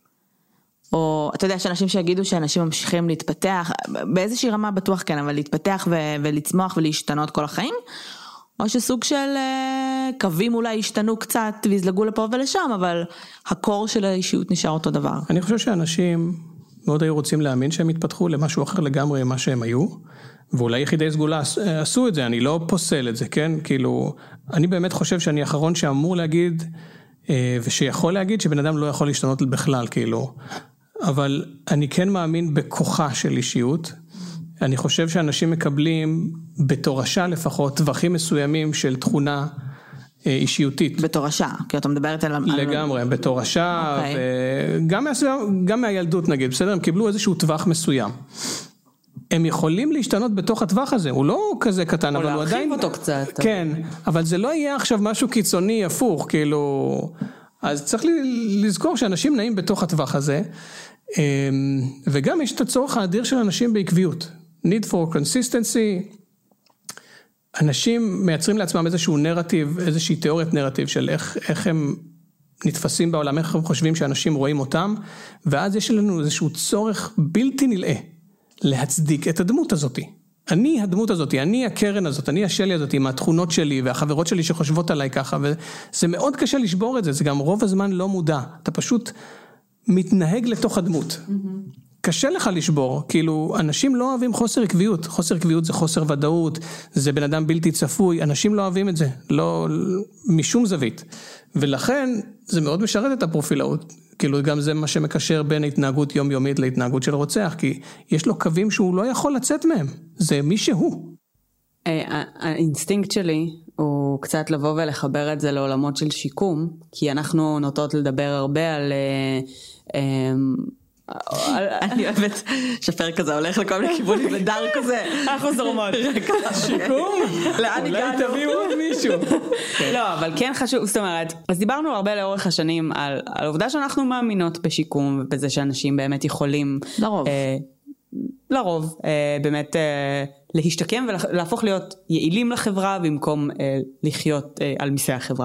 [SPEAKER 2] או אתה יודע, יש אנשים שיגידו שאנשים ממשיכים להתפתח, באיזושהי רמה בטוח כן, אבל להתפתח ולצמוח ולהשתנות כל החיים? או שסוג של קווים אולי השתנו קצת ויזלגו לפה ולשם, אבל הקור של האישיות נשאר אותו דבר.
[SPEAKER 3] אני חושב שאנשים מאוד היו רוצים להאמין שהם התפתחו למשהו אחר לגמרי ממה שהם היו, ואולי יחידי סגולה עשו את זה, אני לא פוסל את זה, כן? כאילו, אני באמת חושב שאני האחרון שאמור להגיד, ושיכול להגיד שבן אדם לא יכול להשתנות בכלל, כאילו. אבל אני כן מאמין בכוחה של אישיות, אני חושב שאנשים מקבלים בתורשה לפחות טווחים מסוימים של תכונה אישיותית.
[SPEAKER 2] בתורשה, כי אתה מדברת על...
[SPEAKER 3] לגמרי, בתורשה, גם מהילדות נגיד, בסדר? הם קיבלו איזשהו טווח מסוים. הם יכולים להשתנות בתוך הטווח הזה, הוא לא כזה קטן, אבל הוא עדיין...
[SPEAKER 1] או להרחיב אותו קצת.
[SPEAKER 3] כן, אבל זה לא יהיה עכשיו משהו קיצוני, הפוך, כאילו... אז צריך לזכור שאנשים נעים בתוך הטווח הזה, וגם יש את הצורך האדיר של אנשים בעקביות. need for consistency, אנשים מייצרים לעצמם איזשהו נרטיב, איזושהי תיאוריית נרטיב של איך הם נתפסים בעולם, איך הם חושבים שאנשים רואים אותם, ואז יש לנו איזשהו צורך בלתי נלאה להצדיק את הדמות הזאת. אני הדמות הזאת, אני הקרן הזאת, אני השלי הזאת, עם התכונות שלי והחברות שלי שחושבות עליי ככה, וזה מאוד קשה לשבור את זה, זה גם רוב הזמן לא מודע, אתה פשוט מתנהג לתוך הדמות. קשה לך לשבור, כאילו אנשים לא אוהבים חוסר עקביות, חוסר עקביות זה חוסר ודאות, זה בן אדם בלתי צפוי, אנשים לא אוהבים את זה, לא משום זווית, ולכן זה מאוד משרת את הפרופילאות, כאילו גם זה מה שמקשר בין התנהגות יומיומית להתנהגות של רוצח, כי יש לו קווים שהוא לא יכול לצאת מהם, זה מי שהוא.
[SPEAKER 1] האינסטינקט שלי הוא קצת לבוא ולחבר את זה לעולמות של שיקום, כי אנחנו נוטות לדבר הרבה
[SPEAKER 2] אני אוהבת שהפרק הזה הולך לכל מיני כיוונים לדאר כזה.
[SPEAKER 1] אנחנו זורמות.
[SPEAKER 3] שיקום?
[SPEAKER 2] לאן
[SPEAKER 3] אולי
[SPEAKER 2] הגענו?
[SPEAKER 3] תביאו עוד מישהו.
[SPEAKER 1] לא, אבל כן חשוב, זאת אומרת, אז דיברנו הרבה לאורך השנים על העובדה שאנחנו מאמינות בשיקום, ובזה שאנשים באמת יכולים, לרוב, באמת להשתקם ולהפוך להיות יעילים לחברה, במקום לחיות על מיסי החברה.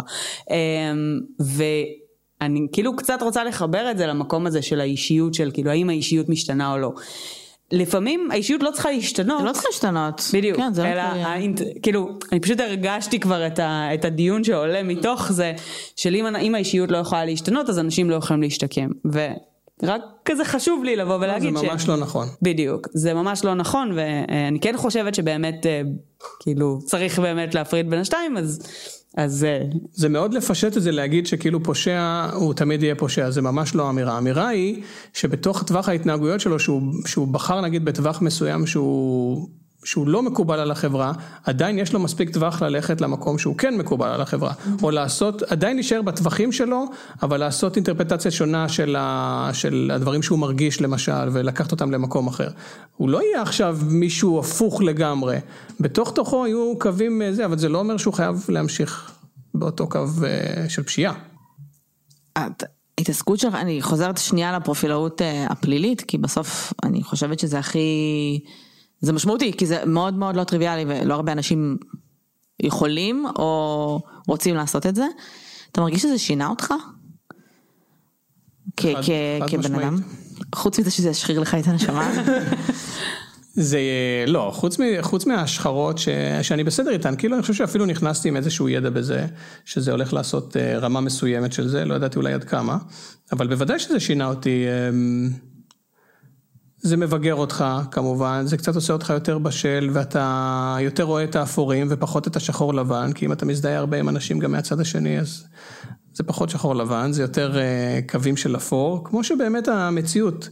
[SPEAKER 1] ואני כאילו קצת רוצה לחבר את זה למקום הזה של האישיות, של כאילו האם האישיות משתנה או לא. לפעמים האישיות לא צריכה להשתנות.
[SPEAKER 2] לא צריכה להשתנות.
[SPEAKER 1] בדיוק.
[SPEAKER 2] כן, זה לא
[SPEAKER 1] כאילו, אני פשוט הרגשתי כבר את הדיון שעולה מתוך זה, של אם האישיות לא יכולה להשתנות, אז אנשים לא יכולים להשתקם. ורק כזה חשוב לי לבוא ולהגיד
[SPEAKER 3] זה ממש לא נכון.
[SPEAKER 1] בדיוק. זה ממש לא נכון, ואני כן חושבת שבאמת, כאילו, צריך באמת להפריד בין השתיים, אז
[SPEAKER 3] זה מאוד לפשט את זה להגיד שכאילו פושע הוא תמיד יהיה פושע, זה ממש לא אמירה. האמירה היא שבתוך טווח ההתנהגויות שלו, שהוא בחר נגיד בטווח מסוים שהוא לא מקובל על החברה, עדיין יש לו מספיק טווח ללכת למקום שהוא כן מקובל על החברה, או לעשות, עדיין להישאר בטווחים שלו, אבל לעשות אינטרפטציה שונה של הדברים שהוא מרגיש למשל, ולקחת אותם למקום אחר. הוא לא יהיה עכשיו מישהו הפוך לגמרי, בתוך תוכו יהיו קווים זה, אבל זה לא אומר שהוא חייב להמשיך באותו קו של פשיעה.
[SPEAKER 2] התעסקות שלך, אני חוזרת שנייה לפרופילאות הפלילית, כי בסוף אני חושבת שזה זה משמעותי, כי זה מאוד מאוד לא טריוויאלי, ולא הרבה אנשים יכולים או רוצים לעשות את זה. אתה מרגיש שזה שינה אותך? כבן אדם? חוץ מזה שזה ישחיר לך את הנשמה?
[SPEAKER 3] זה לא, חוץ מההשחרות שאני בסדר איתן, כאילו אני חושב שאפילו נכנסתי עם איזשהו ידע בזה, שזה הולך לעשות רמה מסוימת של זה, לא ידעתי אולי עד כמה, אבל בוודאי שזה שינה אותי. זה מבגר אותך כמובן, זה קצת עושה אותך יותר בשל, ואתה יותר רואה את האפורים ופחות את השחור לבן, כי אם אתה מזדהה הרבה עם אנשים גם מהצד השני, אז זה פחות שחור לבן, זה יותר קווים של אפור, כמו שבאמת המציאות.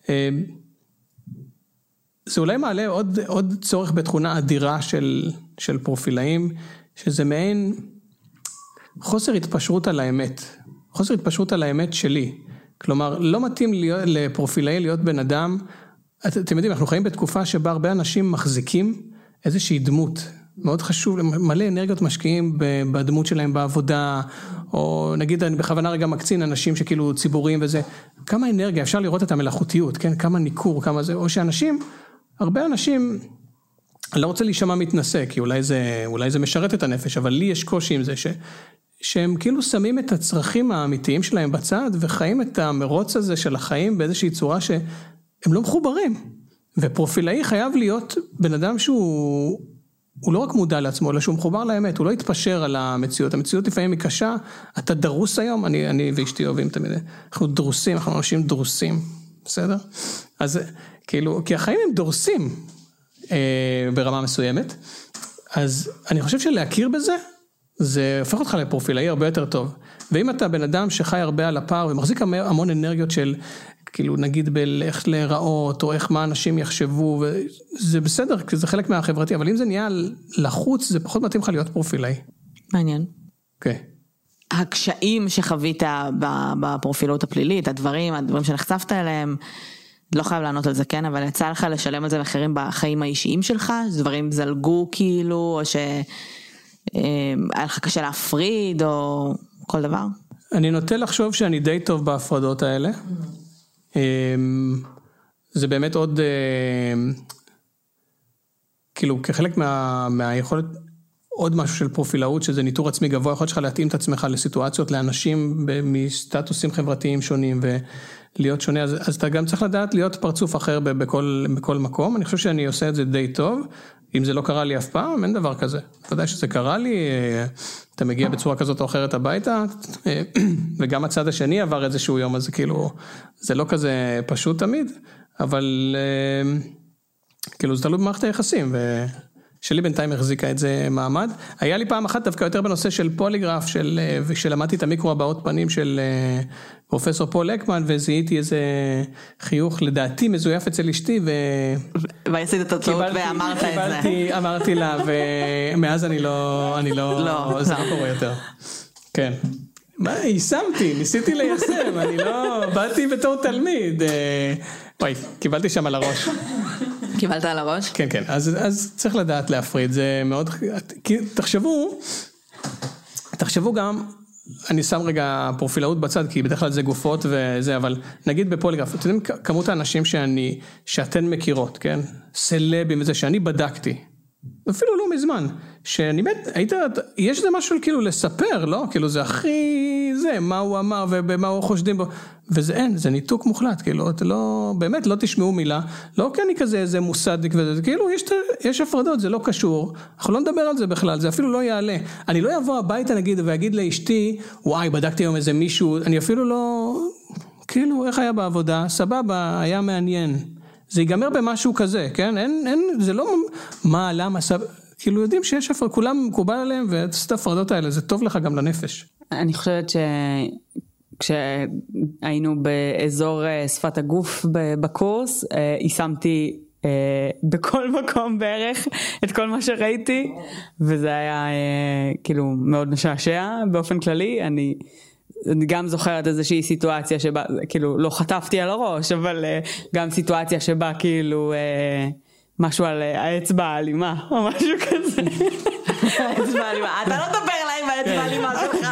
[SPEAKER 3] זה אולי מעלה עוד צורך בתכונה אדירה של פרופילאים, שזה מעין חוסר התפשרות על האמת, חוסר התפשרות על האמת שלי. כלומר, לא מתאים לפרופילאי להיות בן אדם, אתם יודעים, אנחנו חיים בתקופה שבה הרבה אנשים מחזיקים איזושהי דמות, מאוד חשוב, מלא אנרגיות משקיעים בדמות שלהם בעבודה, או נגיד, אני בכוונה רגע מקצין אנשים שכאילו ציבוריים וזה, כמה אנרגיה, אפשר לראות את המלאכותיות, כן? כמה ניקור, כמה זה, או שאנשים, הרבה אנשים, אני לא רוצה להישמע מתנשא, כי אולי זה משרת את הנפש, אבל לי יש קושי עם זה שהם כאילו שמים את הצרכים האמיתיים שלהם בצד, וחיים את המרוץ הזה של החיים באיזושהי צורה שהם לא מחוברים. ופרופילאי חייב להיות בן אדם שהוא לא רק מודע לעצמו, אלא שהוא מחובר לאמת, הוא לא יתפשר על המציאות. המציאות לפעמים היא קשה, אתה דרוס היום, אני ואשתי אוהבים תמיד, אנחנו דרוסים, אנחנו אנשים דרוסים, בסדר? אז כאילו, כי החיים הם דורסים ברמה מסוימת, אז אני חושב שלהכיר בזה, זה הופך אותך לפרופילאי הרבה יותר טוב. ואם אתה בן אדם שחי הרבה על הפער, ומחזיק המון אנרגיות של, כאילו נגיד איך להיראות, או איך מה אנשים יחשבו, וזה בסדר, כי זה חלק מהחברתי, אבל אם זה נהיה לחוץ, זה פחות מתאים לך להיות פרופילאי.
[SPEAKER 2] מעניין.
[SPEAKER 3] אוקיי.
[SPEAKER 2] הקשיים שחווית בפרופילות הפלילית, הדברים שנחשפת אליהם, לא חייב לענות על זה, כן, אבל יצא לך לשלם על זה מחירים בחיים האישיים שלך, דברים זלגו כאילו, או היה לך קשה להפריד, או כל דבר?
[SPEAKER 3] אני נוטה לחשוב שאני די טוב בהפרדות האלה. זה באמת עוד, כאילו כחלק מהיכולת, עוד משהו של פרופילאות, שזה ניטור עצמי גבוה, יכול שלך להתאים את עצמך לסיטואציות, לאנשים מסטטוסים חברתיים שונים, ולהיות שונה, אז אתה גם צריך לדעת להיות פרצוף אחר בכל מקום. אני חושב שאני עושה את זה די טוב, אם זה לא קרה לי אף פעם, אין דבר כזה. אתה יודע שזה קרה לי, אתה מגיע בצורה כזאת או אחרת הביתה, וגם הצד השני עבר איזשהו יום, אז כאילו, זה לא כזה פשוט תמיד, אבל כאילו זה תלוי במערכת היחסים, שלי בינתיים החזיקה את זה מעמד. היה לי פעם אחת דווקא יותר בנושא של פוליגרף, וכשלמדתי את המיקרו הבאות פנים של פרופסור פול אקמן, וזיהיתי איזה חיוך לדעתי מזויף אצל אשתי,
[SPEAKER 2] ועשית את הטעות ואמרת את זה.
[SPEAKER 3] אמרתי לה, ומאז אני לא, זה לא קורה יותר. כן. מה, יישמתי, ניסיתי ליישם, אני לא, באתי בתור תלמיד, וואי, קיבלתי שם על הראש.
[SPEAKER 2] קיבלת על הראש?
[SPEAKER 3] כן, כן, אז צריך לדעת להפריד, זה מאוד, תחשבו גם, אני שם רגע פרופילאות בצד, כי בדרך כלל זה גופות וזה, אבל נגיד בפוליגרף, אתם יודעים כמות האנשים שאתן מכירות, כן? סלבים וזה, שאני בדקתי, אפילו לא מזמן, שאני באמת, יש זה משהו כאילו לספר, לא? כאילו זה הכי, זה, מה הוא אמר ובמה הוא חושדים בו, וזה אין, זה ניתוק מוחלט, כאילו, אתה לא, באמת לא תשמעו מילה, לא כי אני כזה איזה מוסדניק וזה, כאילו, יש הפרדות, זה לא קשור, אנחנו לא נדבר על זה בכלל, זה אפילו לא יעלה, אני לא אבוא הביתה נגיד ואגיד לאשתי, וואי, בדקתי היום איזה מישהו, אני אפילו לא, כאילו, איך היה בעבודה, סבבה, היה מעניין, זה ייגמר במשהו כזה, כן? אין, זה לא, מה, למה, כאילו יודעים שיש הפרדות, כולם מקובל עליהם, ואת ההפרדות האלה, זה טוב לך גם לנפש.
[SPEAKER 1] אני חושבת כשהיינו באזור שפת הגוף בקורס, יישמתי בכל מקום בערך את כל מה שראיתי, וזה היה כאילו מאוד משעשע באופן כללי. אני גם זוכרת איזושהי סיטואציה שבה, כאילו לא חטפתי על הראש, אבל גם סיטואציה שבה כאילו משהו על האצבע האלימה, או משהו כזה.
[SPEAKER 2] האצבע האלימה, אתה לא תדבר אליי באצבע האלימה שלך.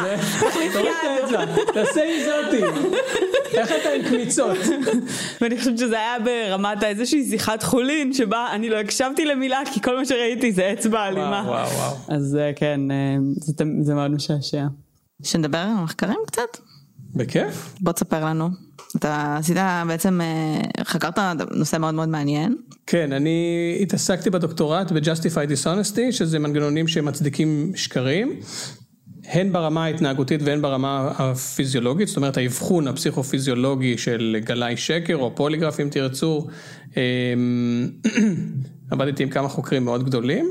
[SPEAKER 3] תעשה עם זאתי. איך אתה עם קמיצות?
[SPEAKER 1] ואני חושבת שזה היה ברמת איזושהי שיחת חולין, שבה אני לא הקשבתי למילה, כי כל מה שראיתי זה אצבע האלימה.
[SPEAKER 3] וואו.
[SPEAKER 1] אז כן, זה מאוד משעשע.
[SPEAKER 2] שנדבר על המחקרים קצת?
[SPEAKER 3] בכיף.
[SPEAKER 2] בוא תספר לנו. אתה עשית בעצם, חקרת נושא מאוד מאוד מעניין.
[SPEAKER 3] כן, אני התעסקתי בדוקטורט ב-Justified Dishonesty, שזה מנגנונים שמצדיקים שקרים, הן ברמה ההתנהגותית והן ברמה הפיזיולוגית, זאת אומרת האבחון הפסיכופיזיולוגי של גלאי שקר או פוליגרף אם תרצו, עבדתי עם כמה חוקרים מאוד גדולים,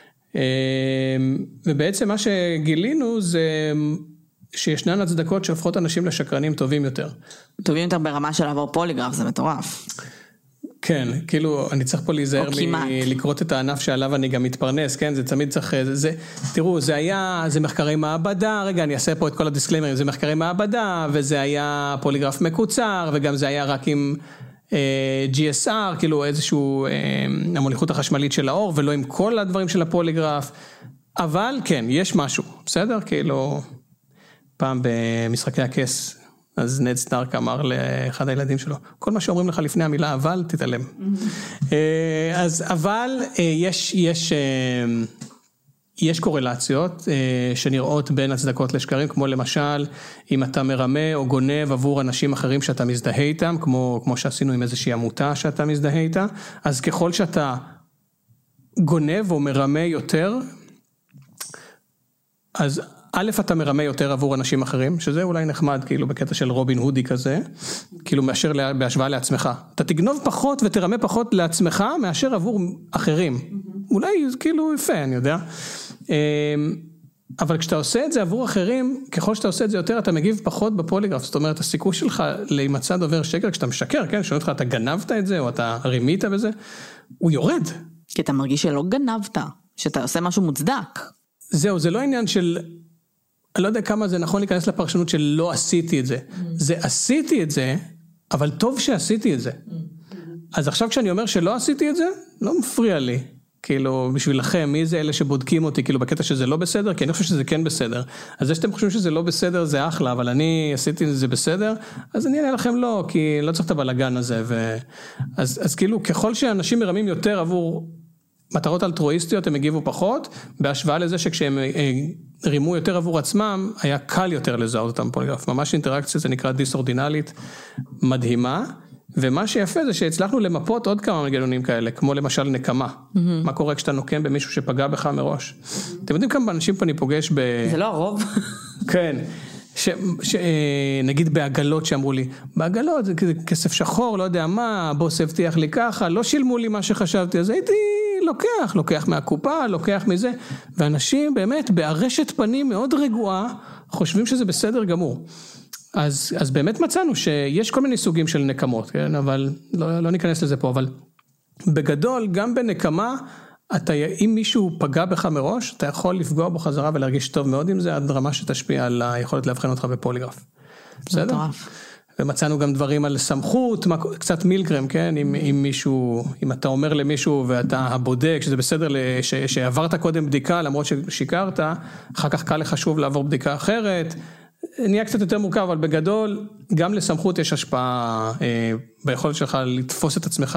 [SPEAKER 3] ובעצם מה שגילינו זה שישנן הצדקות שהופכות אנשים לשקרנים טובים יותר.
[SPEAKER 2] טובים יותר ברמה של לעבור פוליגרף, זה מטורף.
[SPEAKER 3] כן, כאילו אני צריך פה להיזהר מלקרות את הענף שעליו אני גם מתפרנס, כן, זה תמיד צריך, תראו, זה מחקרי מעבדה, רגע אני אעשה פה את כל הדיסקליימרים, זה מחקרי מעבדה, וזה היה פוליגרף מקוצר, וגם זה היה רק עם GSR, כאילו איזשהו המוליכות החשמלית של האור, ולא עם כל הדברים של הפוליגרף, אבל כן, יש משהו, בסדר? כאילו, פעם במשחקי הכס, אז נד סטארק אמר לאחד הילדים שלו, כל מה שאומרים לך לפני המילה אבל, תתעלם. אז אבל יש קורלציות שנראות בין הצדקות לשקרים, כמו למשל, אם אתה מרמה או גונב עבור אנשים אחרים שאתה מזדהה איתם, כמו שעשינו עם איזושהי עמותה שאתה מזדהה איתה, אז ככל שאתה גונב או מרמה יותר, אז א', אתה מרמה יותר עבור אנשים אחרים, שזה אולי נחמד, כאילו בקטע של רובין הודי כזה, כאילו מאשר בהשוואה לעצמך. אתה תגנוב פחות ותרמה פחות לעצמך, מאשר עבור אחרים. אולי כאילו יפה, אני יודע. אבל כשאתה עושה את זה עבור אחרים, ככל שאתה עושה את זה יותר, אתה מגיב פחות בפוליגרף. זאת אומרת, הסיכוי שלך להימצא דובר שקר, כשאתה משקר, כן, שואל אותך, אתה גנבת את זה, או אתה רימית בזה, הוא יורד.
[SPEAKER 2] כי אתה מרגיש שלא גנבת, שאתה עושה משהו מוצדק.
[SPEAKER 3] זהו, זה לא עניין של, אני לא יודע כמה זה נכון להיכנס לפרשנות של לא עשיתי את זה. זה עשיתי את זה, אבל טוב שעשיתי את זה. אז עכשיו כשאני אומר שלא עשיתי את זה, לא מפריע לי. כאילו, בשבילכם, מי זה אלה שבודקים אותי, כאילו, בקטע שזה לא בסדר? כי אני חושב שזה כן בסדר. אז זה שאתם חושבים שזה לא בסדר, זה אחלה, אבל אני עשיתי את זה בסדר, אז אני אענה לכם לא, כי לא צריך את הבלגן הזה. אז כאילו, ככל שאנשים מרמים יותר עבור מטרות אלטרואיסטיות, הם הגיבו פחות, בהשוואה לזה שכשהם רימו יותר עבור עצמם, היה קל יותר לזהות אותם פוליגרף. ממש אינטראקציה, זה נקרא דיסאורדינלית, מדהימה, ומה שיפה זה שהצלחנו למפות עוד כמה מנגנונים כאלה, כמו למשל נקמה. מה קורה כשאתה נוקם במישהו שפגע בך מראש? אתם יודעים כמה אנשים פה אני פוגש
[SPEAKER 1] זה לא הרוב.
[SPEAKER 3] כן. נגיד בעגלות שאמרו לי, בעגלות זה כסף שחור, לא יודע מה, הבוס הבטיח לי ככה, לא שילמו לי מה שחשבתי, אז הייתי לוקח מהקופה, לוקח מזה, ואנשים באמת בארשת פנים מאוד רגועה, חושבים שזה בסדר גמור. אז באמת מצאנו שיש כל מיני סוגים של נקמות, כן? אבל לא ניכנס לזה פה, אבל בגדול גם בנקמה, אם מישהו פגע בך מראש, אתה יכול לפגוע בו חזרה ולהרגיש טוב מאוד עם זה, עד רמה שתשפיע על היכולת להבחן אותך בפוליגרף. בסדר? ומצאנו גם דברים על סמכות, קצת מילגרם, כן? אם אתה אומר למישהו ואתה הבודק, שזה בסדר שעברת קודם בדיקה, למרות ששיקרת, אחר כך קל לך שוב לעבור בדיקה אחרת, נהיה קצת יותר מורכב, אבל בגדול, גם לסמכות יש השפעה ביכולת שלך לתפוס את עצמך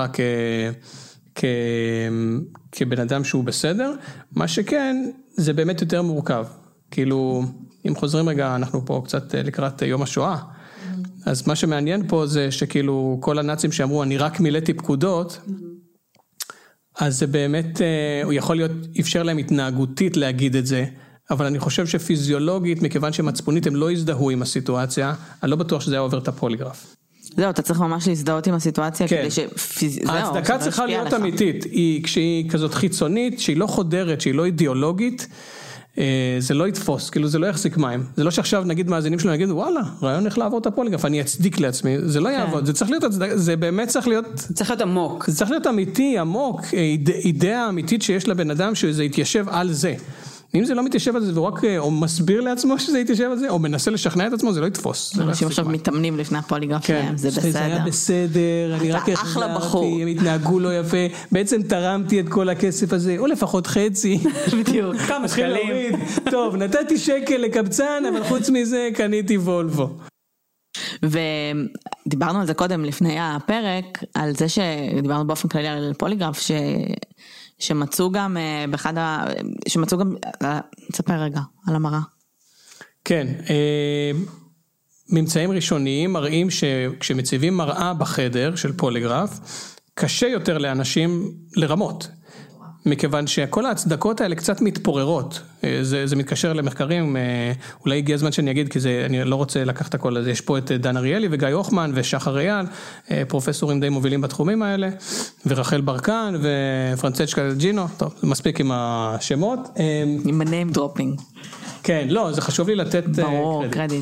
[SPEAKER 3] כבן אדם שהוא בסדר, מה שכן, זה באמת יותר מורכב. כאילו, אם חוזרים רגע, אנחנו פה קצת לקראת יום השואה, אז מה שמעניין פה זה שכאילו כל הנאצים שאמרו, אני רק מילאתי פקודות, אז זה באמת, הוא יכול להיות, אפשר להם התנהגותית להגיד את זה, אבל אני חושב שפיזיולוגית, מכיוון שמצפונית הם לא הזדהו עם הסיטואציה, אני לא בטוח שזה היה עובר את הפוליגרף.
[SPEAKER 2] זהו, אתה צריך ממש להזדהות עם הסיטואציה,
[SPEAKER 3] כן.
[SPEAKER 2] כדי
[SPEAKER 3] ההצדקה צריכה להיות אמיתית, כשהיא כזאת חיצונית, שהיא לא חודרת, שהיא לא אידיאולוגית, זה לא יתפוס, כאילו זה לא יחזיק מים, זה לא שעכשיו נגיד מאזינים שלנו נגיד וואלה, רעיון איך לעבור את הפוליגרף, אני אצדיק לעצמי, זה לא יעבוד, זה צריך להיות, זה באמת צריך להיות,
[SPEAKER 1] צריך להיות עמוק,
[SPEAKER 3] זה צריך להיות אמיתי, עמוק, אידאה אמיתית שיש לבן אדם שזה יתיישב על זה, אם זה לא מתיישב על זה, והוא רק או מסביר לעצמו שזה יתיישב על זה, או מנסה לשכנע את עצמו, זה לא יתפוס.
[SPEAKER 2] אנשים עכשיו מתאמנים לפני הפוליגרף שלהם, זה בסדר.
[SPEAKER 3] זה היה בסדר, אני רק החזרתי, הם התנהגו לא יפה, בעצם תרמתי את כל הכסף הזה, או לפחות חצי.
[SPEAKER 1] בדיוק, כמה שקלים.
[SPEAKER 3] טוב, נתתי שקל לקבצן, אבל חוץ מזה קניתי וולבו.
[SPEAKER 2] ודיברנו על זה קודם לפני הפרק, על זה שדיברנו באופן כללי על פוליגרף, שמצאו גם תספר רגע על המראה.
[SPEAKER 3] כן, ממצאים ראשוניים מראים שכשמציבים מראה בחדר של פוליגרף, קשה יותר לאנשים לרמות, מכיוון שכל ההצדקות האלה קצת מתפוררות, זה מתקשר למחקרים, אולי הגיע הזמן שאני אגיד, כי אני לא רוצה לקחת הכל הזה, יש פה את דן אריאלי וגיא הוחמן ושחר אייל, פרופסורים די מובילים בתחומים האלה, ורחל ברקן ופרנצ'סקה ג'ינו, טוב, זה מספיק עם השמות.
[SPEAKER 2] עם ה-name dropping.
[SPEAKER 3] כן, לא, זה חשוב לי לתת
[SPEAKER 2] קרדיט.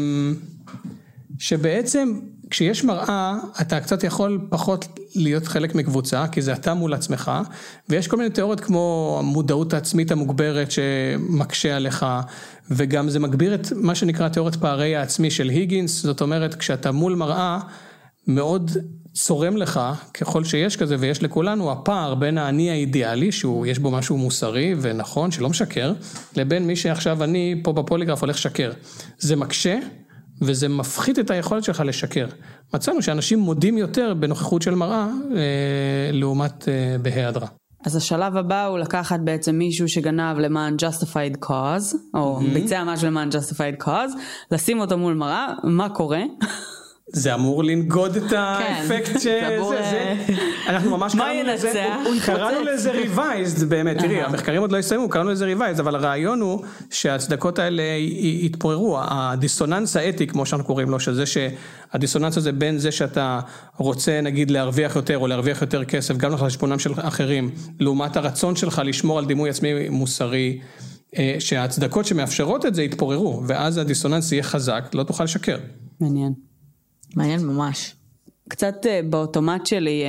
[SPEAKER 3] שבעצם כשיש מראה, אתה קצת יכול פחות להיות חלק מקבוצה, כי זה אתה מול עצמך, ויש כל מיני תיאוריות כמו המודעות העצמית המוגברת שמקשה עליך, וגם זה מגביר את מה שנקרא תיאוריית פערי העצמי של היגינס, זאת אומרת, כשאתה מול מראה, מאוד צורם לך, ככל שיש כזה ויש לכולנו, הפער בין האני האידיאלי, שיש בו משהו מוסרי ונכון, שלא משקר, לבין מי שעכשיו אני פה בפוליגרף הולך שקר. זה מקשה, וזה מפחית את היכולת שלך לשקר. מצאנו שאנשים מודים יותר בנוכחות של מראה, לעומת בהיעדרה.
[SPEAKER 1] אז השלב הבא הוא לקחת בעצם מישהו שגנב למען justified cause, או ביצע משהו למען justified cause, לשים אותו מול מראה, מה קורה?
[SPEAKER 3] זה אמור לנגוד את האפקט שזה, אנחנו ממש קראנו לזה revised, באמת, תראי, המחקרים עוד לא הסתיימו, קראנו לזה revised, אבל הרעיון הוא שההצדקות האלה יתפוררו, הדיסוננס האתי, כמו שאנחנו קוראים לו, שזה שהדיסוננס הזה בין זה שאתה רוצה, נגיד, להרוויח יותר, או להרוויח יותר כסף, גם לחשבונם של אחרים, לעומת הרצון שלך לשמור על דימוי עצמי מוסרי, שההצדקות שמאפשרות את זה יתפוררו, ואז הדיסוננס יהיה חזק, לא תוכל לשקר.
[SPEAKER 1] מעניין.
[SPEAKER 2] מעניין ממש.
[SPEAKER 1] קצת באוטומט שלי,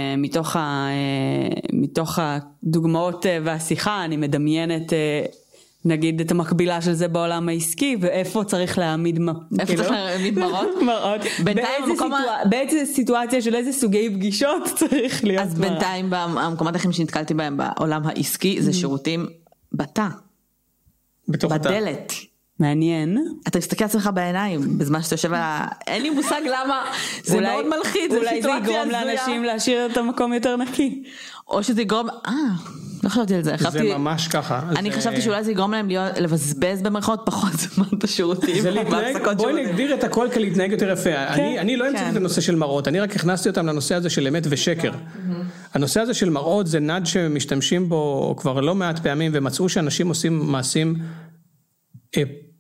[SPEAKER 1] מתוך הדוגמאות והשיחה, אני מדמיינת, נגיד, את המקבילה של זה בעולם העסקי, ואיפה צריך להעמיד
[SPEAKER 2] איפה צריך להעמיד מראות?
[SPEAKER 1] מראות. באיזה סיטואציה של איזה סוגי פגישות צריך להיות.
[SPEAKER 2] אז בינתיים, המקומות הכי שנתקלתי בהם בעולם העסקי, זה שירותים בתא. בדלת.
[SPEAKER 1] מעניין.
[SPEAKER 2] אתה מסתכל עצמך בעיניים, בזמן שאתה יושב, אין לי מושג למה, זה מאוד מלחיץ,
[SPEAKER 1] אולי זה יגרום לאנשים להשאיר את המקום יותר נקי.
[SPEAKER 2] או שזה יגרום, לא חשבתי על זה.
[SPEAKER 3] זה ממש ככה.
[SPEAKER 2] אני חשבתי שאולי זה יגרום להם לבזבז במרכאות פחות זמן את השירותים.
[SPEAKER 3] בואי נגדיר את הכל כלהתנהג יותר יפה. אני לא אמצא את הנושא של מראות, אני רק הכנסתי אותם לנושא הזה של אמת ושקר. הנושא הזה של מראות זה נד שמשתמשים בו כבר לא מעט פעמים, ומצאו שאנשים עושים מעשים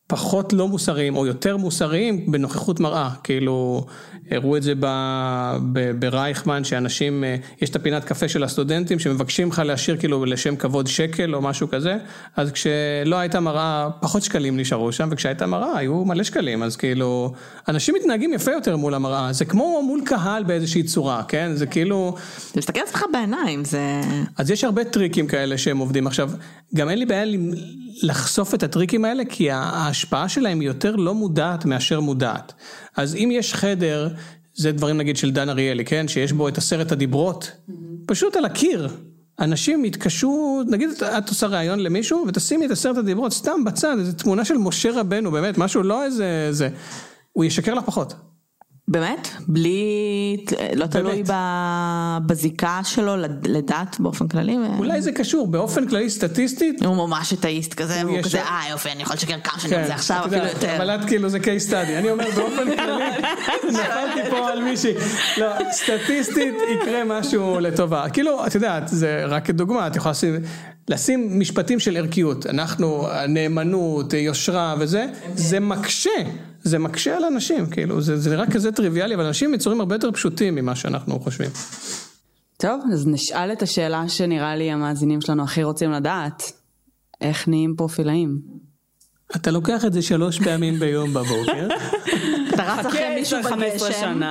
[SPEAKER 3] פחות לא מוסריים, או יותר מוסריים בנוכחות מראה, כאילו, הראו את זה ברייכמן, שאנשים, יש את הפינת קפה של הסטודנטים, שמבקשים לך להשאיר כאילו לשם כבוד שקל, או משהו כזה, אז כשלא הייתה מראה, פחות שקלים נשארו שם, וכשהייתה מראה, היו מלא שקלים, אז כאילו, אנשים מתנהגים יפה יותר מול המראה, זה כמו מול קהל באיזושהי צורה, כן? זה כאילו...
[SPEAKER 2] אתה מסתכל אצלך בעיניים, זה...
[SPEAKER 3] אז יש הרבה טריקים כאלה שהם עובדים. עכשיו, גם אין לי בעיה לחשוף את הטריקים האלה, כי ההשפעה שלהם היא יותר לא מודעת מאשר מודעת. אז אם יש חדר, זה דברים נגיד של דן אריאלי, כן? שיש בו את 10 הדיברות, פשוט על הקיר. אנשים יתקשו, נגיד את עושה רעיון למישהו, ותשימי את 10 הדיברות סתם בצד, איזו תמונה של משה רבנו, באמת, משהו לא איזה, הוא ישקר לך פחות.
[SPEAKER 2] באמת? בלי, לא תלוי בזיקה שלו לדת באופן כללי?
[SPEAKER 3] אולי זה קשור, באופן כללי סטטיסטית.
[SPEAKER 2] הוא ממש אתאיסט כזה, והוא כזה, יופי, אני יכול לשקר כמה שנים, זה עכשיו אפילו יותר.
[SPEAKER 3] אבל את כאילו זה קייס סטאדי, אני אומר באופן כללי, נפלתי פה על מישהי, לא, סטטיסטית יקרה משהו לטובה. כאילו, את יודעת, זה רק כדוגמה, את יכולה לשים משפטים של ערכיות, אנחנו, נאמנות, יושרה וזה, זה מקשה על אנשים, כאילו, זה נראה כזה טריוויאלי, אבל אנשים יצורים הרבה יותר פשוטים ממה שאנחנו חושבים.
[SPEAKER 1] טוב, אז נשאל את השאלה שנראה לי המאזינים שלנו הכי רוצים לדעת, איך נהיים פרופילאים?
[SPEAKER 3] אתה לוקח את זה 3 פעמים ביום בבוקר.
[SPEAKER 2] אתה רץ אחרי מישהו בגשם.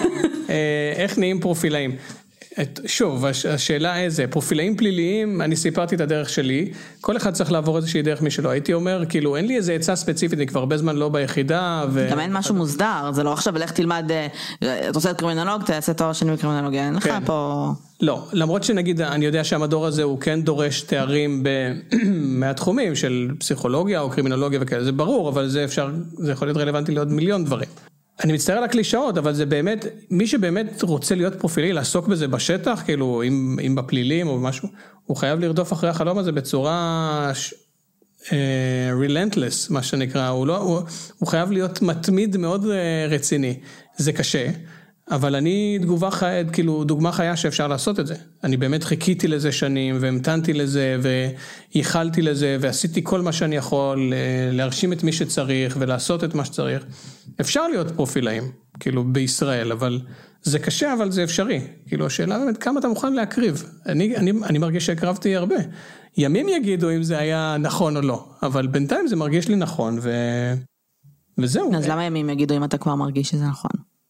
[SPEAKER 3] איך נהיים פרופילאים? שוב, השאלה איזה, פרופילאים פליליים, אני סיפרתי את הדרך שלי, כל אחד צריך לעבור איזושהי דרך משלו, הייתי אומר, כאילו, אין לי איזה עצה ספציפית, אני כבר הרבה זמן לא ביחידה,
[SPEAKER 2] גם אין משהו מוסדר, זה לא עכשיו, לך תלמד, אתה עושה את קרימינולוג, תעשה תואר שני בקרימינולוגיה, אין לך פה...
[SPEAKER 3] לא, למרות שנגיד, אני יודע שהמדור הזה הוא כן דורש תארים מהתחומים של פסיכולוגיה או קרימינולוגיה וכאלה, זה ברור, אבל זה יכול להיות רלוונטי לעוד מיליון דברים. אני מצטער על הקלישאות, אבל זה באמת, מי שבאמת רוצה להיות פרופילי, לעסוק בזה בשטח, כאילו, אם בפלילים או משהו, הוא חייב לרדוף אחרי החלום הזה בצורה relentless, מה שנקרא, הוא חייב להיות מתמיד מאוד רציני. זה קשה, אבל אני דוגמה חיה שאפשר לעשות את זה. אני באמת חיכיתי לזה שנים, והמתנתי לזה, וייחלתי לזה, ועשיתי כל מה שאני יכול, להרשים את מי שצריך, ולעשות את מה שצריך. אפשר להיות פרופילאים, כאילו בישראל, אבל זה קשה, אבל זה אפשרי. כאילו השאלה באמת, כמה אתה מוכן להקריב? אני מרגיש שהקרבתי הרבה. ימים יגידו אם זה היה נכון או לא, אבל בינתיים זה מרגיש לי נכון, וזהו.
[SPEAKER 2] אז למה ימים יגידו אם אתה כבר מרגיש שזה נכון?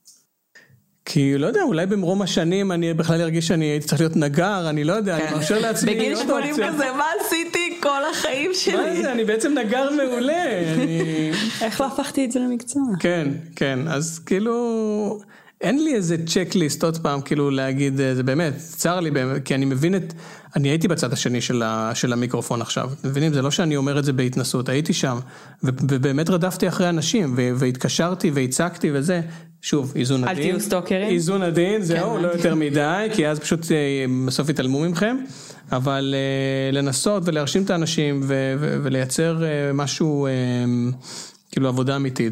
[SPEAKER 3] כי לא יודע, אולי במרום השנים אני בכלל ארגיש שאני הייתי צריך להיות נגר, אני לא יודע, אני מרשה לעצמי.
[SPEAKER 2] בגיל 80 כזה, מה עשיתי כל החיים שלי?
[SPEAKER 3] מה זה, אני בעצם נגר מעולה.
[SPEAKER 1] איך לא הפכתי את זה למקצוע?
[SPEAKER 3] כן, כן, אז כאילו, אין לי איזה צ'קליסט עוד פעם, כאילו להגיד, זה באמת, צר לי באמת, כי אני מבין אני הייתי בצד השני של המיקרופון עכשיו, מבינים, זה לא שאני אומר את זה בהתנסות, הייתי שם, ובאמת רדפתי אחרי אנשים, והתקשרתי והצקתי וזה, שוב, איזון הדין.
[SPEAKER 1] אל תהיו סטוקרים.
[SPEAKER 3] איזון הדין, זהו, לא יותר מדי, כי אז פשוט בסוף יתעלמו ממכם, אבל לנסות ולהרשים את האנשים, ולייצר משהו, כאילו עבודה אמיתית,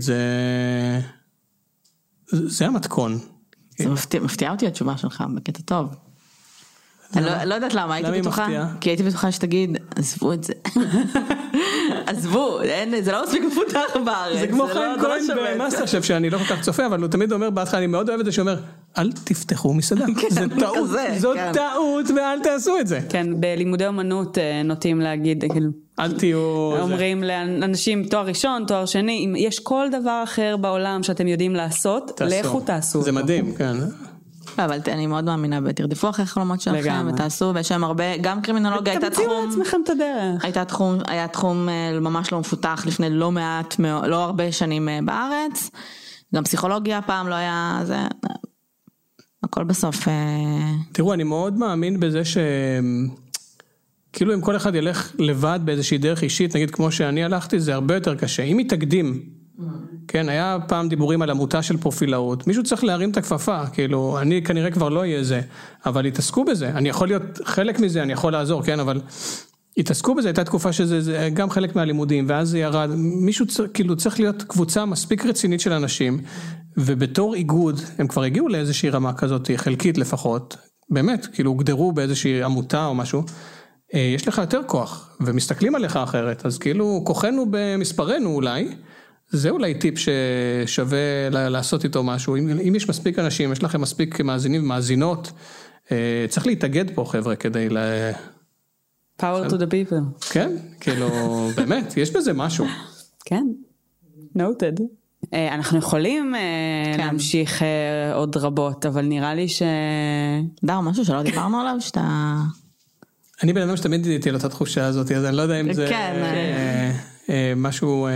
[SPEAKER 3] זה המתכון.
[SPEAKER 2] זה מפתיע אותי התשובה שלך, בקטע טוב. אני לא יודעת למה, הייתי בטוחה, כי הייתי בטוחה שתגיד, עזבו את זה. עזבו, זה לא מספיק מפותח בארץ.
[SPEAKER 3] זה כמו חיים כהן במאסטר שף, שאני לא כל כך צופה, אבל הוא תמיד אומר בהתחלה, אני מאוד אוהב את זה, שאומר, אל תפתחו מסעדה. זה טעות, זאת טעות, ואל תעשו את זה.
[SPEAKER 1] כן, בלימודי אומנות נוטים להגיד,
[SPEAKER 3] אל תהיו...
[SPEAKER 1] אומרים לאנשים תואר ראשון, תואר שני, אם יש כל דבר אחר בעולם שאתם יודעים לעשות, לכו תעשו אותו.
[SPEAKER 3] זה מדהים, כן.
[SPEAKER 2] אבל אני מאוד מאמינה בתרדפו אחרי חלומות שלכם ותעשו, ויש שם הרבה, גם קרימינולוגיה הייתה תחום,
[SPEAKER 1] תמציאו לעצמכם את הדרך.
[SPEAKER 2] היה תחום ממש לא מפותח לפני לא מעט, לא הרבה שנים בארץ, גם פסיכולוגיה פעם לא היה, זה, הכל בסוף.
[SPEAKER 3] תראו, אני מאוד מאמין בזה כאילו אם כל אחד ילך לבד באיזושהי דרך אישית, נגיד כמו שאני הלכתי, זה הרבה יותר קשה. אם היא תקדים, כן, היה פעם דיבורים על עמותה של פרופילאות, מישהו צריך להרים את הכפפה, כאילו, אני כנראה כבר לא יהיה זה, אבל התעסקו בזה, אני יכול להיות חלק מזה, אני יכול לעזור, כן, אבל התעסקו בזה, הייתה תקופה שזה גם חלק מהלימודים, ואז זה ירד, מישהו כאילו צריך להיות קבוצה מספיק רצינית של אנשים, ובתור איגוד, הם כבר הגיעו לאיזושהי רמה כזאת, חלקית לפחות, באמת, כאילו, הוגדרו באיזושהי עמותה או משהו, יש לך יותר כוח, ומסתכלים עליך אחרת, אז כאילו, כוחנו במספרנו אולי, זה אולי טיפ ששווה לעשות איתו משהו, אם יש מספיק אנשים, יש לכם מספיק מאזינים ומאזינות, צריך להתאגד פה חבר'ה כדי
[SPEAKER 1] power to the people.
[SPEAKER 3] כן, כאילו, באמת, יש בזה משהו.
[SPEAKER 1] כן, noted. אנחנו יכולים להמשיך עוד רבות, אבל נראה לי
[SPEAKER 2] דר, משהו שלא דיברנו עליו, שאתה...
[SPEAKER 3] אני בן אדם שתמיד איתי על אותה תחושה הזאת, אז אני לא יודע אם זה משהו...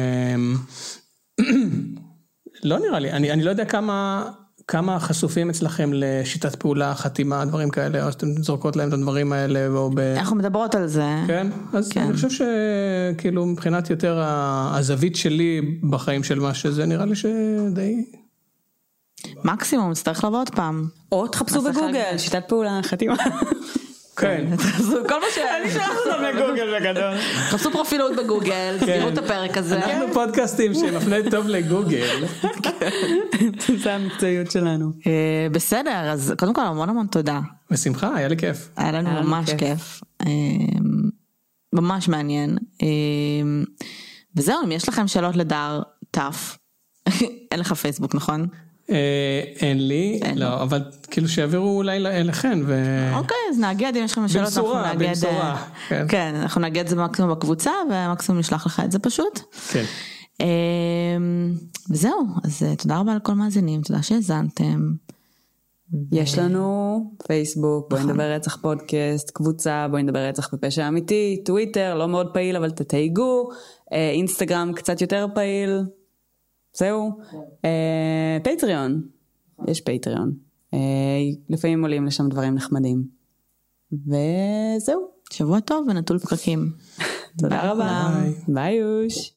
[SPEAKER 3] לא נראה לי, אני לא יודע כמה חשופים אצלכם לשיטת פעולה, חתימה, דברים כאלה, או שאתם זורקות להם את הדברים האלה, או
[SPEAKER 2] אנחנו מדברות על זה.
[SPEAKER 3] כן, אז אני חושב שכאילו מבחינת יותר הזווית שלי בחיים של מה שזה, נראה לי שדי...
[SPEAKER 2] מקסימום, צריך לבוא עוד פעם.
[SPEAKER 1] או תחפשו בגוגל, שיטת פעולה, חתימה.
[SPEAKER 3] כן.
[SPEAKER 2] כל מה
[SPEAKER 1] אני שלחת אותם לגוגל בגדול.
[SPEAKER 2] חפשו פרופילות בגוגל, תראו את הפרק הזה.
[SPEAKER 3] אנחנו פודקאסטים שמפנה טוב לגוגל.
[SPEAKER 1] זה המקצועיות שלנו.
[SPEAKER 2] בסדר, אז קודם כל המון תודה.
[SPEAKER 3] בשמחה, היה לי כיף.
[SPEAKER 2] היה לנו ממש כיף. ממש מעניין. וזהו, אם יש לכם שאלות לדר, תף. אין לך פייסבוק, נכון?
[SPEAKER 3] אין לי, לא, אבל כאילו שיעבירו אולי אליכן.
[SPEAKER 2] אוקיי, אז נאגד, אם יש לכם שאלות,
[SPEAKER 3] במשורה.
[SPEAKER 2] כן, אנחנו נאגד את זה מקסימום בקבוצה, ומקסימום נשלח לך את זה פשוט.
[SPEAKER 3] כן.
[SPEAKER 2] וזהו, אז תודה רבה לכל מאזינים, תודה שהזנתם.
[SPEAKER 1] יש לנו פייסבוק, בואי נדבר רצח פודקאסט, קבוצה, בואי נדבר רצח בפשע אמיתי, טוויטר, לא מאוד פעיל, אבל תתייגו, אינסטגרם קצת יותר פעיל, זהו, פטריון, יש פטריון, לפעמים עולים לשם דברים נחמדים, וזהו.
[SPEAKER 2] שבוע טוב ונטול פקקים.
[SPEAKER 1] תודה רבה, ביי יוש.